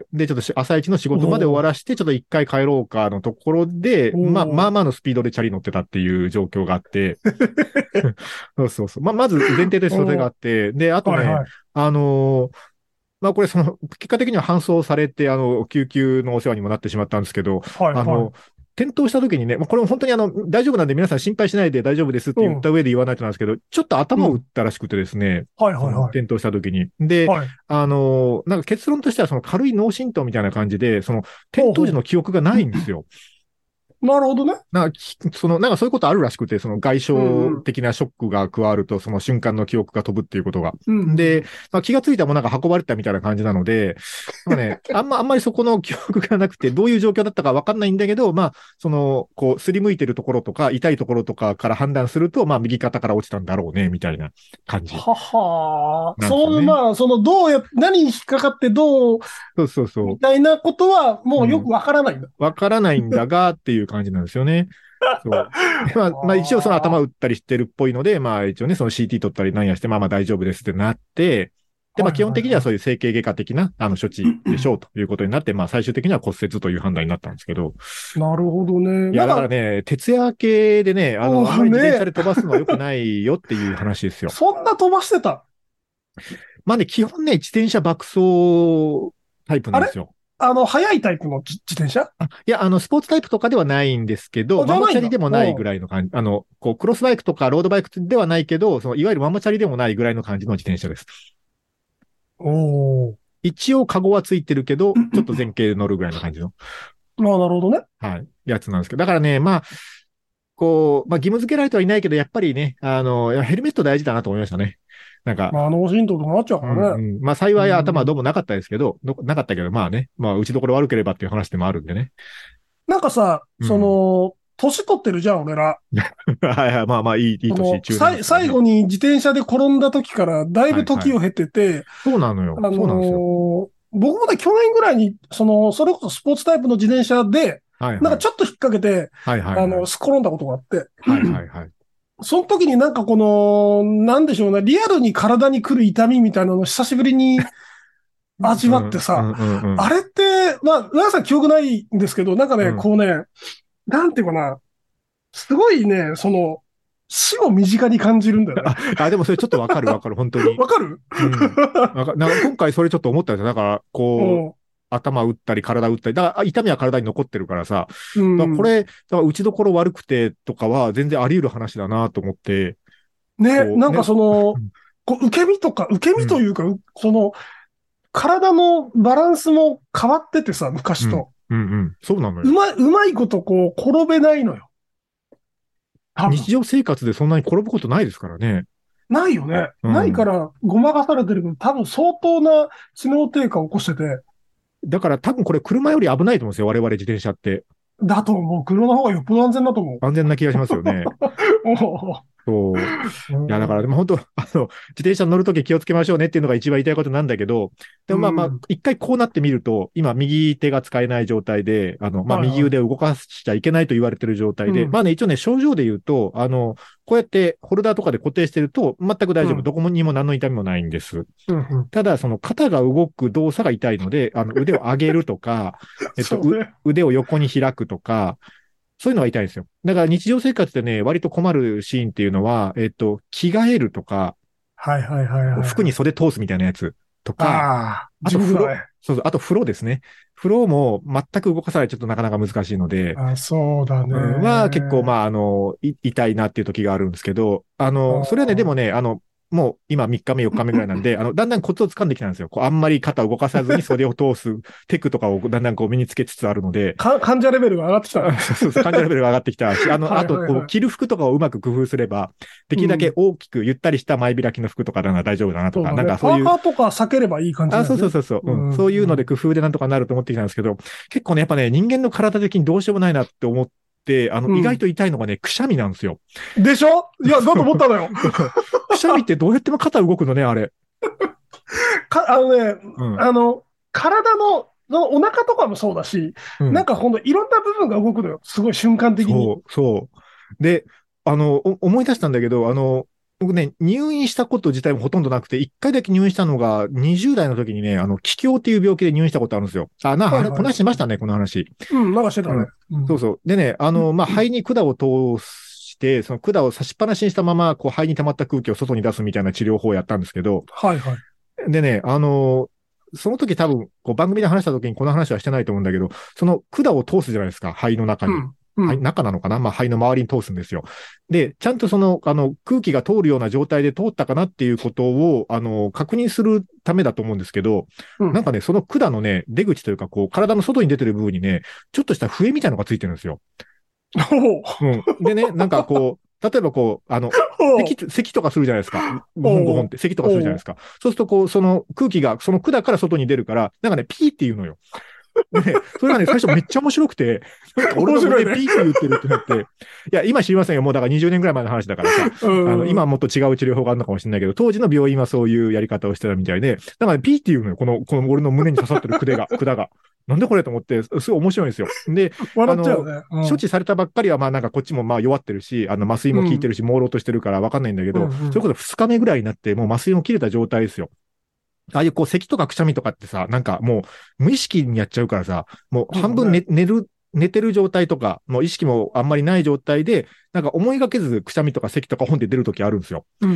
で、ちょっと朝一の仕事まで終わらして、ちょっと一回帰ろうかのところで、まあ、まあまあのスピードでチャリ乗ってたっていう状況があって、そうそうそう。まあ、まず前提としてそれがあって、で、あとね、はいはい、あのー、まあこれその、結果的には搬送されて、あの、救急のお世話にもなってしまったんですけど、はいはい、あの、転倒した時にね、まあ、これも本当にあの、大丈夫なんで皆さん心配しないで大丈夫ですって言った上で言わないとなんですけど、うん、ちょっと頭を打ったらしくてですね。 うん、はいはいはい。 転倒した時に。で、はい、あの、なんか結論としてはその軽い脳震盪みたいな感じで、その、転倒時の記憶がないんですよ。 なるほどね。 なんか、その、なんかそういうことあるらしくて、その外傷的なショックが加わると、その瞬間の記憶が飛ぶっていうことが。うん、で、まあ、気がついたらもうなんか運ばれたみたいな感じなので、まあね、あんま、あんまりそこの記憶がなくて、どういう状況だったかわかんないんだけど、まあ、その、こう、すりむいてるところとか、痛いところとかから判断すると、まあ、右肩から落ちたんだろうね、みたいな感じ、ね。 ははー。そう、まあ、その、どうや、何に引っかかってどう、 そうそうそう。 みたいなことは、もうよくわからないんだ。 わ、うん、からないんだが、っていう感じなんですよね。そう。まあ、まあ一応その頭打ったりしてるっぽいので、まあ一応ね、その シーティー 取ったり何やして、まあまあ大丈夫ですってなって、で、まあ基本的にはそういう整形外科的な、あの、処置でしょうということになって、まあ最終的には骨折という判断になったんですけど。 なるほどね。 いや、だからね、徹夜明けでね、あの、あんまり自転車で飛ばすのは良くないよっていう話ですよ。 そんな飛ばしてた？ まあね、基本ね、自転車爆走タイプなんですよ。 あの、速いタイプの自転車？ いや、あの、スポーツタイプとかではないんですけど、ママチャリでもないぐらいの感じ。あの、こう、クロスバイクとかロードバイクではないけど、その、いわゆるママチャリでもないぐらいの感じの自転車です。 おー。 一応、カゴはついてるけど、ちょっと前傾で乗るぐらいの感じの。 まあ、なるほどね。 はい。やつなんですけど。だからね、まあ、こう、まあ、義務付けられてはいないけど、やっぱりね、あの、ヘルメット大事だなと思いましたね。なんか。 まあ、脳震盪とかなっちゃうからね。 うんうん、まあ、幸い頭はどうもなかったですけど、うん、なかったけど、まあね、まあ、打ちどころ悪ければっていう話でもあるんでね。 なんかさ、うん、その、年取ってるじゃん、俺ら。 はいはい、まあまあ、いい、いい年、中年、ね。最後に自転車で転んだ時から、だいぶ時を経てて、はいはい、 そうなのよ。あのー、そうなんですよ。 僕もね、去年ぐらいに、その、それこそスポーツタイプの自転車で、はいはい、なんかちょっと引っ掛けて、はいはいはい、あの、すっ転んだことがあって、 はいはいはい。 その時になんかこの、なんでしょうね、リアルに体に来る痛みみたいなのを久しぶりに味わってさ、あれって、まあ、皆さん記憶ないんですけど、なんかね、うん、こうね、なんていうかな、すごいね、その、死を身近に感じるんだよね。 あ、あでもそれちょっとわかるわかる、本当に。 わかる、 うん、なんかなんか今回それちょっと思ったんですよ。だから、こう、頭打ったり体打ったり、だから痛みは体に残ってるからさ、うん、だからこれ、だから打ちどころ悪くてとかは全然あり得る話だなと思って。 ね、なんかその、ね、 こう受け身とか、受け身というか、うん、その、体のバランスも変わっててさ、昔と。 うん、うん、うん。そうなのよ。 うまい、うまいことこう、転べないのよ。 日常生活でそんなに転ぶことないですからね。 ないよね。 うん、 ないから、ごまかされてるけど、多分相当な知能低下を起こしてて。 だから多分これ車より危ないと思うんですよ、我々自転車って。 だと思う。車の方がよっぽど安全だと思う。 安全な気がしますよね。そう。いや、だからでも本当、あの、自転車乗るとき気をつけましょうねっていうのが一番言いたいことなんだけど、でもまあまあ、一回こうなってみると、今右手が使えない状態で、あの、まあ右腕を動かしちゃいけないと言われてる状態で、はいはい、まあね、一応ね、症状で言うと、あの、こうやってホルダーとかで固定してると全く大丈夫。うん、どこにも何の痛みもないんです。うんうん、ただ、その肩が動く動作が痛いので、あの、腕を上げるとか、えっと、ね、腕を横に開くとか、そういうのが痛いんですよ。だから日常生活でね、割と困るシーンっていうのは、えっと、着替えるとか、 はいはいはいはい、 服に袖通すみたいなやつとか、 ああと風呂、ね、そうそう、あと風呂ですね。風呂も全く動かさないとちょっとなかなか難しいので、 あ、そうだね。 うん、は結構まあ、あの、痛いなっていう時があるんですけど、あの、それはね、でもね、あの、もう今みっかめ、よっかめぐらいなんで、あの、だんだんコツを掴んできたんですよ。こう、あんまり肩を動かさずに袖を通すテクとかをだんだんこう身につけつつあるので。 か、患者レベルが上がってきた。 そうそう、患者レベルが上がってきたし、あの、はいはいはい、あと、こう、着る服とかをうまく工夫すれば、できるだけ大きくゆったりした前開きの服とかなら大丈夫だなとか、うん、なんかそういう。 パーカーとか避ければいい感じだね。 あ、そうそうそうそう、うん、うん。そういうので工夫でなんとかなると思ってきたんですけど、結構ね、やっぱね、人間の体的にどうしようもないなって思って、で、あの、うん、意外と痛いのがね、くしゃみなんですよ。 でしょ？いや、だと思ったのよ。 くしゃみってどうやっても肩動くのね、あれ。 か、あのね、うん、あの、体の、そのお腹とかもそうだし、うん、なんかほんといろんな部分が動くのよ。すごい瞬間的に。 そう、そう。で、あの、思い出したんだけど、あの、僕ね、入院したこと自体もほとんどなくて、一回だけ入院したのがにじゅう代の時にね、あの、気胸っていう病気で入院したことあるんですよ。あ、な、はいはい、あれ、この話しましたね、この話。 うん、なんかしてたね。 うん、そうそう。でね、あの、まあ、肺に管を通して、その管を差しっぱなしにしたまま、こう、肺に溜まった空気を外に出すみたいな治療法をやったんですけど、 はいはい。 でね、あの、その時多分、こう番組で話した時にこの話はしてないと思うんだけど、その管を通すじゃないですか、肺の中に。うんうん、中なのかな、まあ、肺の周りに通すんですよ。で、ちゃんとその、あの、空気が通るような状態で通ったかなっていうことを、あの、確認するためだと思うんですけど、うん、なんかね、その管のね、出口というか、こう、体の外に出てる部分にね、ちょっとした笛みたいなのがついてるんですよ。うん、でね、なんかこう、例えばこう、あの、咳、咳とかするじゃないですか。ごほんごほんって、咳とかするじゃないですか。そうするとこう、その空気が、その管から外に出るから、なんかね、ピーって言うのよ。で、それがね、最初めっちゃ面白くて、なんか俺の胸ピーって言ってるってなって、いや、今知りませんよ。もうだからにじゅうねんぐらい前の話だからさ、あの、今はもっと違う治療法があるのかもしれないけど、当時の病院はそういうやり方をしてたみたいで、だからね、ピーって言うのよ。この、この俺の胸に刺さってる管が、管が。なんでこれと思って、すごい面白いんですよ。で、 笑っちゃうね。 うん、処置されたばっかりは、まあなんかこっちもまあ弱ってるし、あの麻酔も効いてるし、朦朧としてるからわかんないんだけど、うんうん、それこそふつかめぐらいになって、もう麻酔も切れた状態ですよ。ああいうこう咳とかくしゃみとかってさ、なんかもう無意識にやっちゃうからさ、もう半分寝、寝る、寝てる状態とか、もう意識もあんまりない状態で、なんか思いがけずくしゃみとか咳とか本で出るときあるんですよ。うんうん、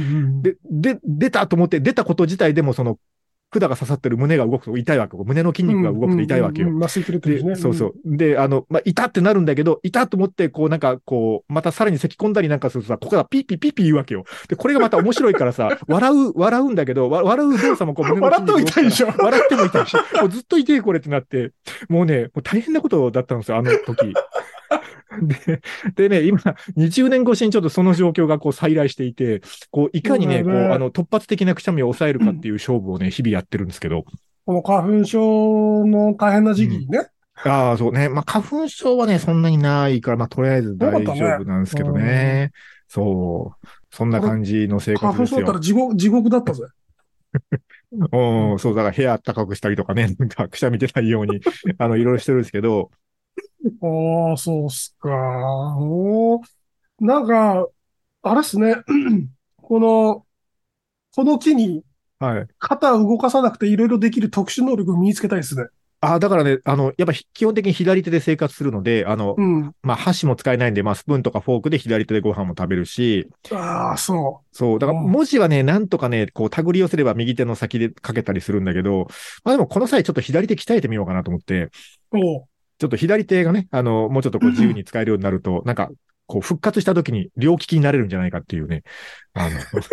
で、で、出たと思って、出たこと自体でもその、管が刺さってる胸が動くと痛いわけよ。胸の筋肉が動くと痛いわけよ。 麻酔切れてるしね。 そうそう。で、あの、まあ、痛ってなるんだけど、痛と思って、こう、なんか、こう、またさらに咳込んだりなんかするとさ、ここがピッピッピッピ言うわけよ。で、これがまた面白いからさ、笑う、笑うんだけど、笑う動作もこう、胸の筋肉笑っても痛いでしょ。 笑っても痛いし、もうずっと痛いこれってなって、もうね、もう大変なことだったんですよ、あの時。で、でね、今、にじゅうねん越しにちょっとその状況がこう再来していて、こう、いかにね、こう、あの、突発的なくしゃみを抑えるかっていう勝負をね、日々やってるんですけど。 この花粉症の大変な時期にね。 うん、ああ、そうね。まあ、花粉症はね、そんなにないから、まあ、とりあえず大丈夫なんですけどね。ねそう。そんな感じの生活ですよ。 花粉症だったら地獄、地獄だったぜ。 うん、そう、だから部屋高くしたりとかね、なんかくしゃみ出ないように、あの、いろいろしてるんですけど。 ああ、そうっすか。おなんか、あれっすね。この、この地に、 はい。 肩を動かさなくていろいろできる特殊能力を身につけたいですね。 ああ、だからね、あの、やっぱ基本的に左手で生活するので、あの、うん、まあ箸も使えないんで、まあスプーンとかフォークで左手でご飯も食べるし。 ああ、そう。 そう。だから文字はね、なんとかね、こう手繰り寄せれば右手の先でかけたりするんだけど、まあでもこの際ちょっと左手鍛えてみようかなと思って、 おちょっと左手がね、あの、もうちょっとこう自由に使えるようになると、なんか、こう復活した時に両利きになれるんじゃないかっていうね。あの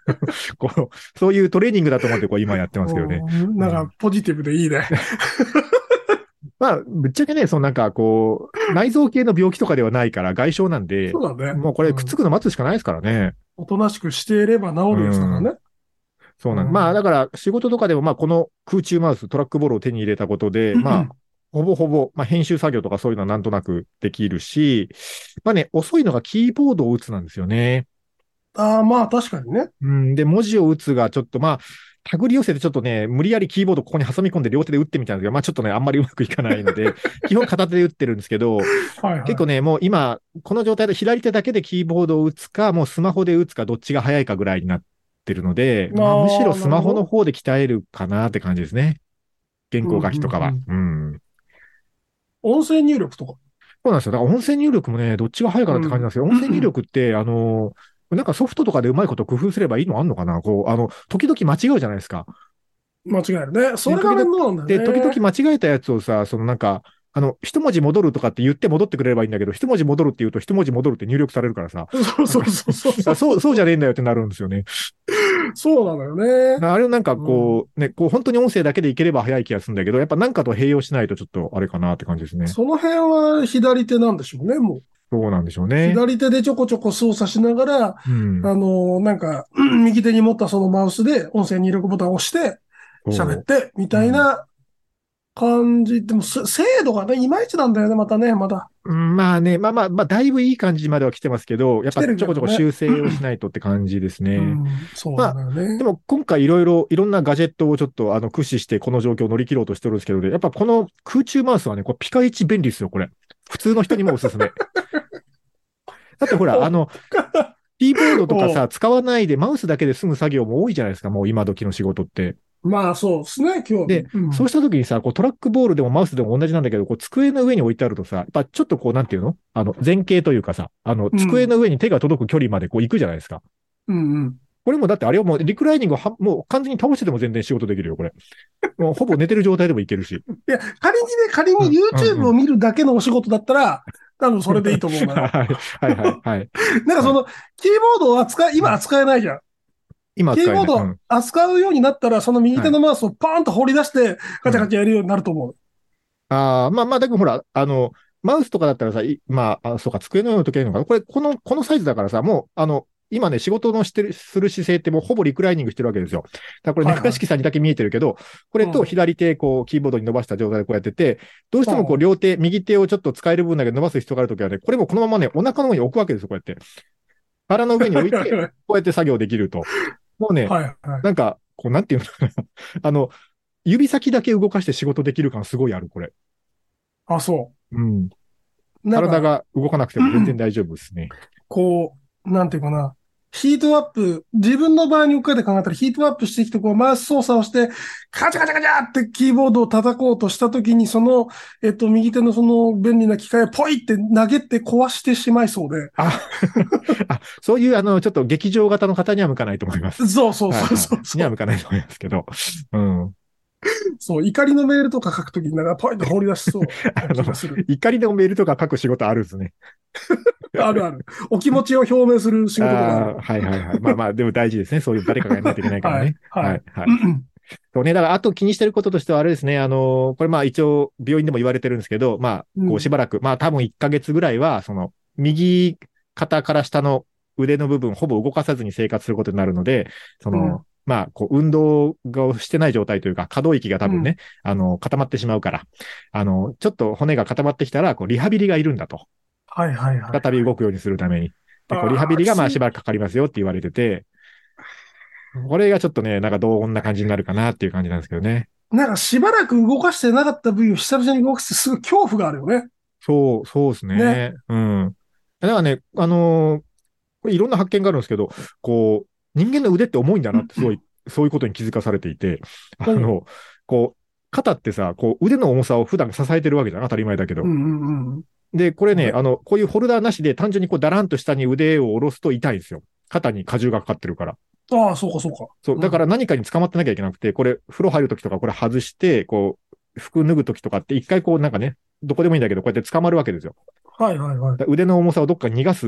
こう、そういうトレーニングだと思ってこう今やってますけどね。 なんか、ポジティブでいいね。 まあ、ぶっちゃけね、そのなんかこう、内臓系の病気とかではないから外傷なんで、 そうだね。 もうこれくっつくの待つしかないですからね。 おとなしくしていれば治るやつだからね。 そうなん、うん、まあ、だから仕事とかでも、まあ、この空中マウス、トラックボールを手に入れたことで、まあ、ほぼほぼ、まあ、編集作業とかそういうのはなんとなくできるし、まあね、遅いのがキーボードを打つなんですよね。 ああ、まあ確かにね。 うん。で、文字を打つがちょっと、まあ、手繰り寄せてちょっとね、無理やりキーボードここに挟み込んで両手で打ってみたんですけど、まあちょっとね、あんまりうまくいかないので、基本片手で打ってるんですけど、はいはい、結構ね、もう今、この状態で左手だけでキーボードを打つか、もうスマホで打つか、どっちが早いかぐらいになってるので、まあむしろスマホの方で鍛えるかなって感じですね。原稿書きとかは。うん、うんうん。 音声入力とか。 そうなんですよ。だから音声入力もね、どっちが早いかなって感じなんですけど、うん、音声入力って、あの、なんかソフトとかでうまいこと工夫すればいいのあんのかなこう、あの、時々間違うじゃないですか。 間違えるね。それが面倒なんだよね。 で、時々間違えたやつをさ、そのなんか、あの、一文字戻るとかって言って戻ってくれればいいんだけど、一文字戻るって言うと一文字戻るって入力されるからさ。 そうそうそうそうそう。 そう、そうじゃねえんだよってなるんですよね。 そうなのよね。 あれなんかこう、うん、ね、こう本当に音声だけでいければ早い気がするんだけど、やっぱなんかと併用しないとちょっとあれかなって感じですね。 その辺は左手なんでしょうね、もう。 そうなんでしょうね。 左手でちょこちょこ操作しながら、うん、あの、なんか、右手に持ったそのマウスで音声入力ボタンを押して、喋って、みたいな感じ。でも、精度がね、いまいちなんだよね、またね、まだ。 うん、まあね、まあまあ、まあ、だいぶいい感じまでは来てますけど、やっぱちょこちょこ修正をしないとって感じですね。うん、 そうなんだよね。 まあ、でも今回いろいろ、いろんなガジェットをちょっとあの駆使してこの状況を乗り切ろうとしてるんですけど、やっぱこの空中マウスはね、これピカイチ便利ですよ、これ。普通の人にもおすすめ。だってほら、あの、キーボードとかさ、使わないでマウスだけで済む作業も多いじゃないですか、もう今時の仕事って。 まあそうですね、今日。 で、うん、そうした時にさ、こうトラックボールでもマウスでも同じなんだけど、こう机の上に置いてあるとさ、やっぱちょっとこうなんていうのあの前傾というかさ、あの机の上に手が届く距離までこう行くじゃないですか。 うんうん。 これもだってあれをもうリクライニングをはもう完全に倒してでも全然仕事できるよ、これ。もうほぼ寝てる状態でもいけるし。 いや、仮にね、仮に YouTube を見るだけのお仕事だったら、多分それでいいと思うな。はいはいはいはい。 なんかその、キーボードを扱い、今扱えないじゃん。 今キーボードを扱うようになったら、その右手のマウスをパーンと放り出して、ガチャガチャやるようになると思う。うん、 ああ、まあまあ、だけどほら、あの、マウスとかだったらさ、まあ、あそうか、机の上の時はいいのかな。これ、この、このサイズだからさ、もう、あの、今ね、仕事のしてる、する姿勢ってもうほぼリクライニングしてるわけですよ。だからこれね、深敷さんにだけ見えてるけど、これと左手、こう、キーボードに伸ばした状態でこうやってて、どうしてもこう、両手、右手をちょっと使える分だけ伸ばす必要があるときはね、これもこのままね、お腹の上に置くわけですよ、こうやって。腹の上に置いて、こうやって作業できると。もうね、はいはい、なんか、こう、なんていうのかな。あの、指先だけ動かして仕事できる感すごいある、これ。 あ、そう。うん。体が動かなくても全然大丈夫ですね。 こう、なんていうかな。ヒートアップ、自分の場合に置き換えて考えたらヒートアップしてきて、こう、マウス操作をして、カチャカチャカチャってキーボードを叩こうとしたときに、その、えっと、右手のその便利な機械をポイって投げて壊してしまいそうで。 あ、あそういう、あの、ちょっと劇場型の方には向かないと思います。 そうそうそうそう、はいはい、 には向かないと思いますけど。うん。 そう、怒りのメールとか書くときになんかポイッと放り出しそうな気がする。 怒りのメールとか書く仕事あるんですね。 あるある。お気持ちを表明する仕事とかある。 あはいはいはい。まあまあ、でも大事ですね。そういう誰かがやらないといけないからね。はい、はい、はい。そうね、だからあと気にしてることとしてはあれですね、あのー、これまあ一応病院でも言われてるんですけど、まあ、こうしばらく、うん、まあ多分いっかげつぐらいは、その、右肩から下の腕の部分ほぼ動かさずに生活することになるので、その、うんまあ、こう、運動がしてない状態というか、可動域が多分ね、うん、あの、固まってしまうから、あの、ちょっと骨が固まってきたら、こう、リハビリがいるんだと。 はいはいはい、はい。 再び動くようにするために。で、こう、リハビリがまあしばらくかかりますよって言われてて、これがちょっとね、なんかどんな感じになるかなっていう感じなんですけどね。 なんかしばらく動かしてなかった部位を久々に動かしてすごい恐怖があるよね。 そう、そうですね。ねうん。だからね、あのー、これいろんな発見があるんですけど、こう、人間の腕って重いんだなってすごい、そういうことに気づかされていて、あの、こう、肩ってさ、こう、腕の重さを普段支えてるわけじゃん、当たり前だけど。 うんうんうん、 で、これね、あの、こういうホルダーなしで単純にこう、だらんと下に腕を下ろすと痛いんですよ。肩に荷重がかかってるから。 ああ、そうかそうか。 そう、だから何かに捕まってなきゃいけなくて、これ、風呂入るときとかこれ外して、こう、服脱ぐときとかって一回こう、なんかね、どこでもいいんだけど、こうやって捕まるわけですよ。 はいはいはい。 腕の重さをどっかに逃がす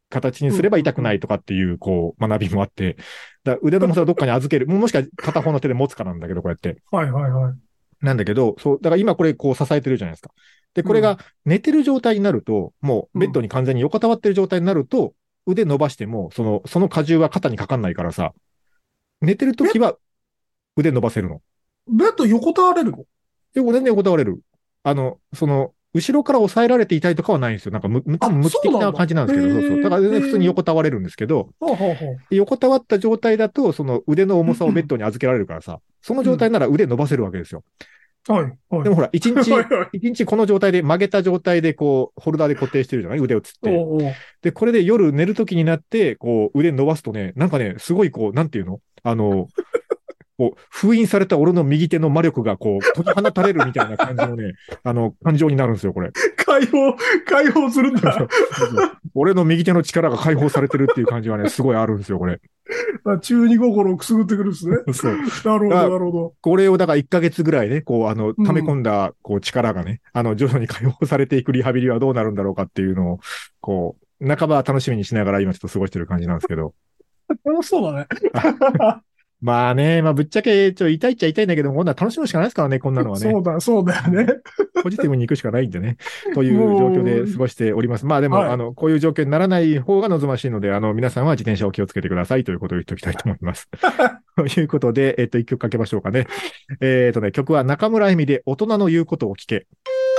形にすれば痛くないとかっていう、こう、学びもあって、だ腕の重さをどっかに預ける。もしくは片方の手で持つかなんだけど、こうやって。 はいはいはい。 なんだけど、そう、だから今これこう支えてるじゃないですか。で、これが寝てる状態になると、もうベッドに完全に横たわってる状態になると、腕伸ばしても、その、その荷重は肩にかかんないからさ、寝てるときは腕伸ばせるの。 ベッド横たわれるの？ 横、全然横たわれる。あの、その、後ろから押さえられていたりとかはないんですよ。なんかむ、む、多分無機的な感じなんですけど、そうそう。だから全然普通に横たわれるんですけど、 ほうほうほう。 横たわった状態だと、その腕の重さをベッドに預けられるからさ、その状態なら腕伸ばせるわけですよ。 はい、はい。 でもほら、一日、一日この状態で曲げた状態でこう、ホルダーで固定してるじゃない腕をつって。 おうおうで、これで夜寝るときになって、こう、腕伸ばすとね、なんかね、すごいこう、なんていうのあの、こう、封印された俺の右手の魔力がこう、解き放たれるみたいな感じのね、あの、感情になるんですよ、これ。 解放、解放するんだ。そうそうそう俺の右手の力が解放されてるっていう感じはね、すごいあるんですよ、これ。 中二心をくすぐってくるんですね。 そう。 なるほど、なるほど。 これをだからいっかげつぐらいね、こう、あの、溜め込んだ、こう、力がね、うん、あの、徐々に解放されていくリハビリはどうなるんだろうかっていうのを、こう、半ば楽しみにしながら今ちょっと過ごしてる感じなんですけど。 楽しそうだね。 まあね、まあぶっちゃけ、ちょ、痛いっちゃ痛いんだけど、こんな楽しむしかないですからね、こんなのはね。 そうだ、そうだよね。 ポジティブに行くしかないんでね。という状況で過ごしております。まあでも、はい、あの、こういう状況にならない方が望ましいので、あの、皆さんは自転車を気をつけてくださいということを言っておきたいと思います。ということで、えっと、一曲かけましょうかね。えっとね、曲は中村恵美で大人の言うことを聞け。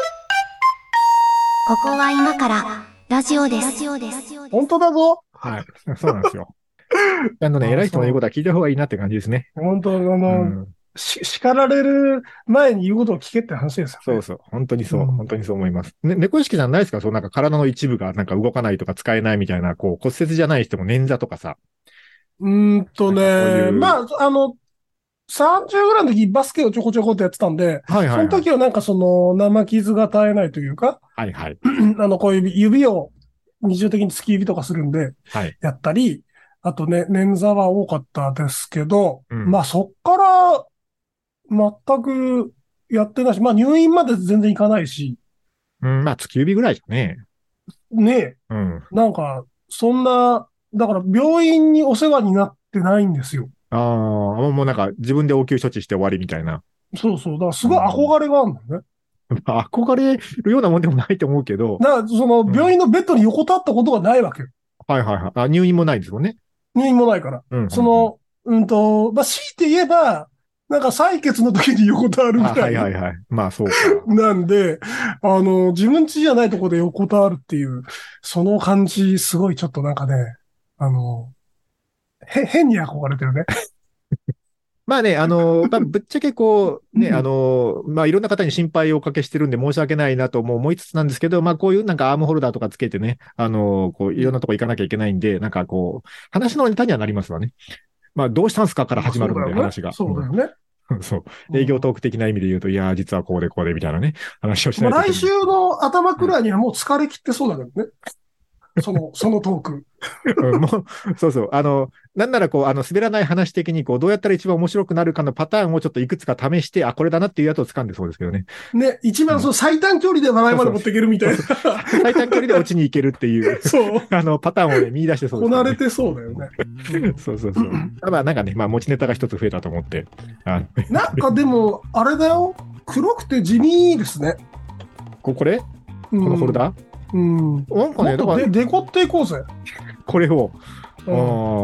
ここは今からラジオです。 本当だぞ。 はい。そうなんですよ。あのね、偉い人の言うことは聞いた方がいいなって感じですね。 本当、あの、うん、し、叱られる前に言うことを聞けって話ですよね。 そうそう。本当にそう。うん、本当にそう思います。ね、猫屋敷さんないですか？そう、なんか体の一部がなんか動かないとか使えないみたいな、こう骨折じゃない人も捻挫とかさ。 うーんとね、ううまあ、あの、さんじゅうぐらいの時バスケをちょこちょこってやってたんで、はいはいはい、その時はなんかその生傷が絶えないというか、 はいはい。 あの、こういう指を日常的に突き指とかするんで、 はい、 やったり、あとね、捻挫は多かったですけど、 うん、 まあそっから全くやってないし、まあ入院まで全然いかないし。 うん、まあ突き指ぐらいじゃね。 ねえ。 うん。 なんか、そんな、だから病院にお世話になってないんですよ。 ああ、もうなんか自分で応急処置して終わりみたいな。 そうそう。だからすごい憧れがあるんだよね。 うん、憧れるようなもんでもないと思うけど。 だからその病院のベッドに横たったことがないわけよ。 うん、はいはいはい。あ、入院もないですもんね。 入院もないから。うんうんうん、その、うんと、まあ、強いて言えば、なんか採血の時に横たわるぐらい。 はいはいはい。まあそうか。 なんで、あの、自分家じゃないところで横たわるっていう、その感じ、すごいちょっとなんかね、あの、へ、変に憧れてるね。 まあね、あの、まあ、ぶっちゃけこう、ね、あの、まあ、いろんな方に心配をおかけしてるんで申し訳ないなとも思いつつなんですけど、まあ、こういうなんかアームホルダーとかつけてね、あの、こう、いろんなとこ行かなきゃいけないんで、なんかこう、話のネタにはなりますわね。まあ、どうしたんすかから始まるんで、話が。 そうだよね。 そう。営業トーク的な意味で言うと、いや、実はこうでこうでみたいなね、話をしないといけない。 来週の頭くらいにはもう疲れ切ってそうだけどね。その、そのトーク。 うん、もう、そうそう。あの、なんならこう、あの、滑らない話的に、こう、どうやったら一番面白くなるかのパターンをちょっといくつか試して、あ、これだなっていうやつを掴んでそうですけどね。 ね、一番その最短距離で笑いまで持っていけるみたいな。 最短距離で落ちに行けるっていう、 そう。 あの、パターンをね、見出してそうです、ね。 こなれてそうだよね。 そうそうそう。まあ、なんかね、まあ、持ちネタが一つ増えたと思って。 あなんかでも、あれだよ。黒くて地味ですね。 こ、これこのホルダー、 うん。 なんかね、だからデ、デコっていこうぜ。 これを。うん、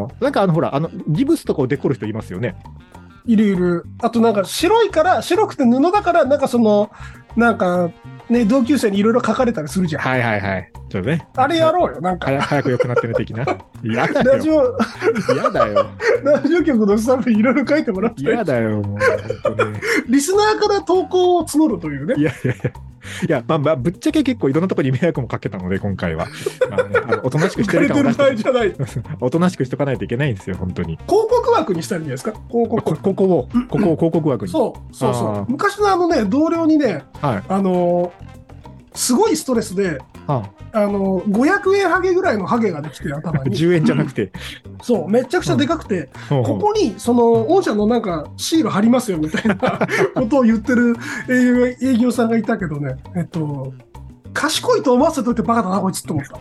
なんかあの、ほら、あの、ギブスとかをデコる人いますよね。 いるいる。あとなんか白いから、白くて布だから、なんかその、なんか、ね、同級生にいろいろ書かれたりするじゃん。 はいはいはい。ちょっとね。 あれやろうよ、なんか。 早, 早く良くなってね、的な。嫌だよ。 ラジオ、 嫌だよ。 ラジオ局のスタッフにいろいろ書いてもらって。 嫌だよ、もう。本当ね、 リスナーから投稿を募るというね。 いやいやいや。いや、まあまあ、ぶっちゃけ結構いろんなところに迷惑もかけたので、今回は。まあね、あのおとなしくしてるかも出しておとなしくしとかないといけないんですよ、本当に。 広告枠にしたらいいんじゃないですか、広告。 ここを、ここを広告枠に。 そう、そうそう。昔のあのね、同僚にね、はい、あの、すごいストレスで、はあ、あの、ごひゃくえんハゲぐらいのハゲができて、頭に。 じゅうえんじゃなくて。 そう、めちゃくちゃでかくて、うん、ここに、その、御社のなんか、シール貼りますよ、みたいなことを言ってる営業さんがいたけどね、えっと、 賢いと思わせといてバカだな、こいつって思った。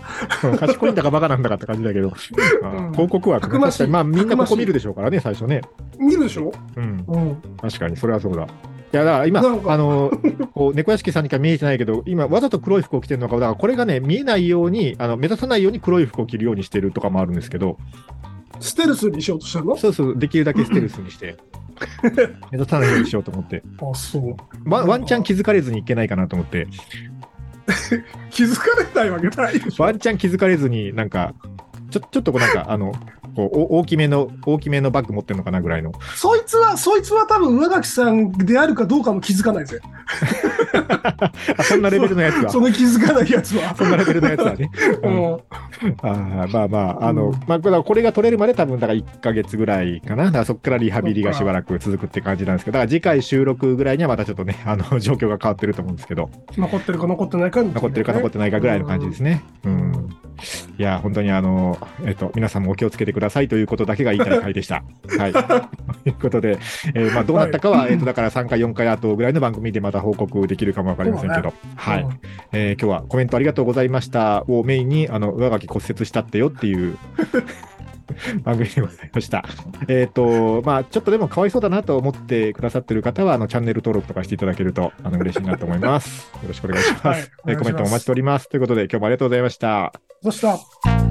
賢いんだかバカなんだかって感じだけど、うん、広告は、 たくましい。 まあみんなここ見るでしょうからね、最初ね。 見るでしょ、 うん、うん。確かに、それはそうだ。いや、だから今、あの、こう、猫屋敷さんにか見えてないけど、今、わざと黒い服を着てるのか、だからこれがね、見えないように、あの、目立たないように黒い服を着るようにしてるとかもあるんですけど。 ステルスにしようとしたの？ そうそう、できるだけステルスにして。目立たないようにしようと思って。 あ、そう。 ワ, ワンチャン気づかれずにいけないかなと思って。 気づかれないわけないでしょ。 ワンチャン気づかれずに、なんか、ちょ、ちょっとこうなんか、あの、こう大きめの、大きめのバッグ持ってるのかなぐらいの。 そいつは、そいつは多分上垣さんであるかどうかも気づかないぜ。 あ、そんなレベルのやつは。 その気づかないやつは。 そんなレベルのやつはね。うん、あまあまあ、あの、うん、まあ、これが取れるまで多分、だからいっかげつぐらいかな。だからそこからリハビリがしばらく続くって感じなんですけど、だから次回収録ぐらいにはまたちょっとね、あの、状況が変わってると思うんですけど。 残ってるか残ってないか、ね、 残ってるか残ってないかぐらいの感じですね。うん。うん、いや、本当にあの、えっと、皆さんもお気をつけてくださいということだけが言いたい回でした。はい。ということで、えー、まあ、どうなったかは、はい、えっと、だからさんかい、よんかい後ぐらいの番組でまた報告できるかもわかりませんけど、ね、はい、うん、えー。今日はコメントありがとうございましたをメインに、あの、上書き骨折したってよっていう番組でございました。えっと、まあ、ちょっとでもかわいそうだなと思ってくださってる方は、あの、チャンネル登録とかしていただけると、あの、嬉しいなと思います。よろしくお願いします。はい、えー、コメントお待ちしております。ということで、今日もありがとうございました。 どうした